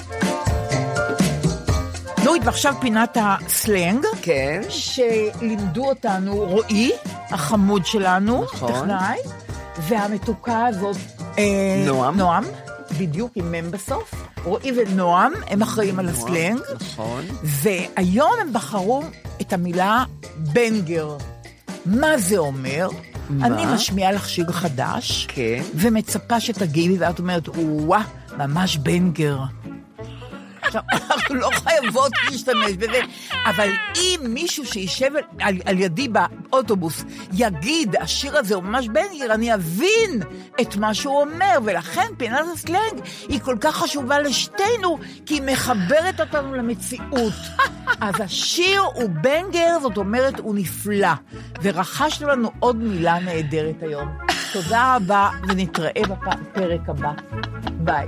נורית, ועכשיו פינת הסלנג. כן. שלימדו אותנו רועי, החמוד שלנו, נכון. טכנאי, והמתוקה הזאת, נועם, בדיוק עם מם בסוף. רועי ונועם, הם אחראים על הסלנג. נכון. והיום הם בחרו את המילה בנגר. מה זה אומר? אני משמיעה לך שיר חדש, כן. ומצפה שתגיבי, ואת אומרת, וואה, ממש בנגר. עכשיו, אנחנו לא חייבות להשתמש בזה, אבל אם מישהו שישב על ידי באוטובוס יגיד, השיר הזה הוא ממש בנגר, אני אבין את מה שהוא אומר, ולכן פינת הסלנג היא כל כך חשובה לשתינו, כי היא מחברת אותנו למציאות. אז השיר הוא בנגר, זאת אומרת, הוא נפלא, ורכשנו לנו עוד מילה נהדרת היום. תודה רבה, ונתראה בפרק הבא. ביי.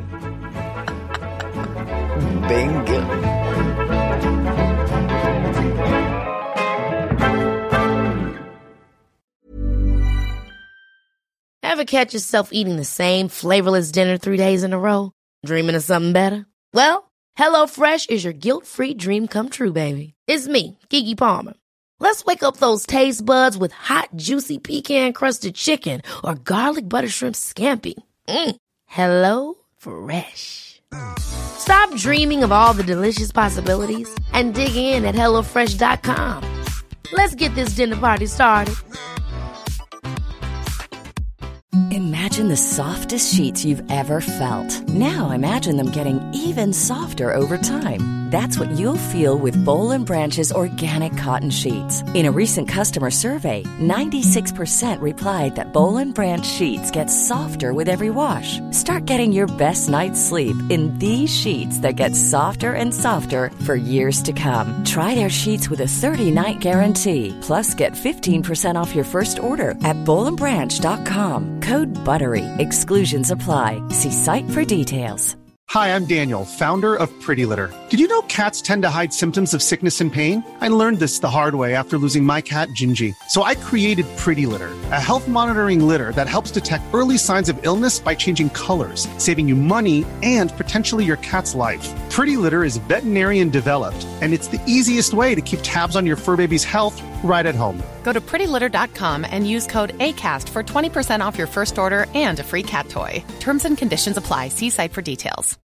בנגר. Ever catch yourself eating the same flavorless dinner 3 days in a row? Dreaming of something better? Well, HelloFresh is your guilt-free dream come true, baby. It's me, Keke Palmer. Let's wake up those taste buds with hot, juicy pecan-crusted chicken or garlic butter shrimp scampi. Hello Fresh. Stop dreaming of all the delicious possibilities and dig in at HelloFresh.com. Let's get this dinner party started. Imagine the softest sheets you've ever felt. Now imagine them getting even softer over time. That's what you'll feel with Boll & Branch's organic cotton sheets. In a recent customer survey, 96% replied that Boll & Branch sheets get softer with every wash. Start getting your best night's sleep in these sheets that get softer and softer for years to come. Try their sheets with a 30-night guarantee. Plus, get 15% off your first order at bollandbranch.com. Code BUTTERY. Exclusions apply. See site for details. Hi, I'm Daniel, founder of Pretty Litter. Did you know cats tend to hide symptoms of sickness and pain? I learned this the hard way after losing my cat, Gingy. So I created Pretty Litter, a health monitoring litter that helps detect early signs of illness by changing colors, saving you money and potentially your cat's life. Pretty Litter is veterinarian developed, and it's the easiest way to keep tabs on your fur baby's health right at home. Go to prettylitter.com and use code ACAST for 20% off your first order and a free cat toy. Terms and conditions apply. See site for details.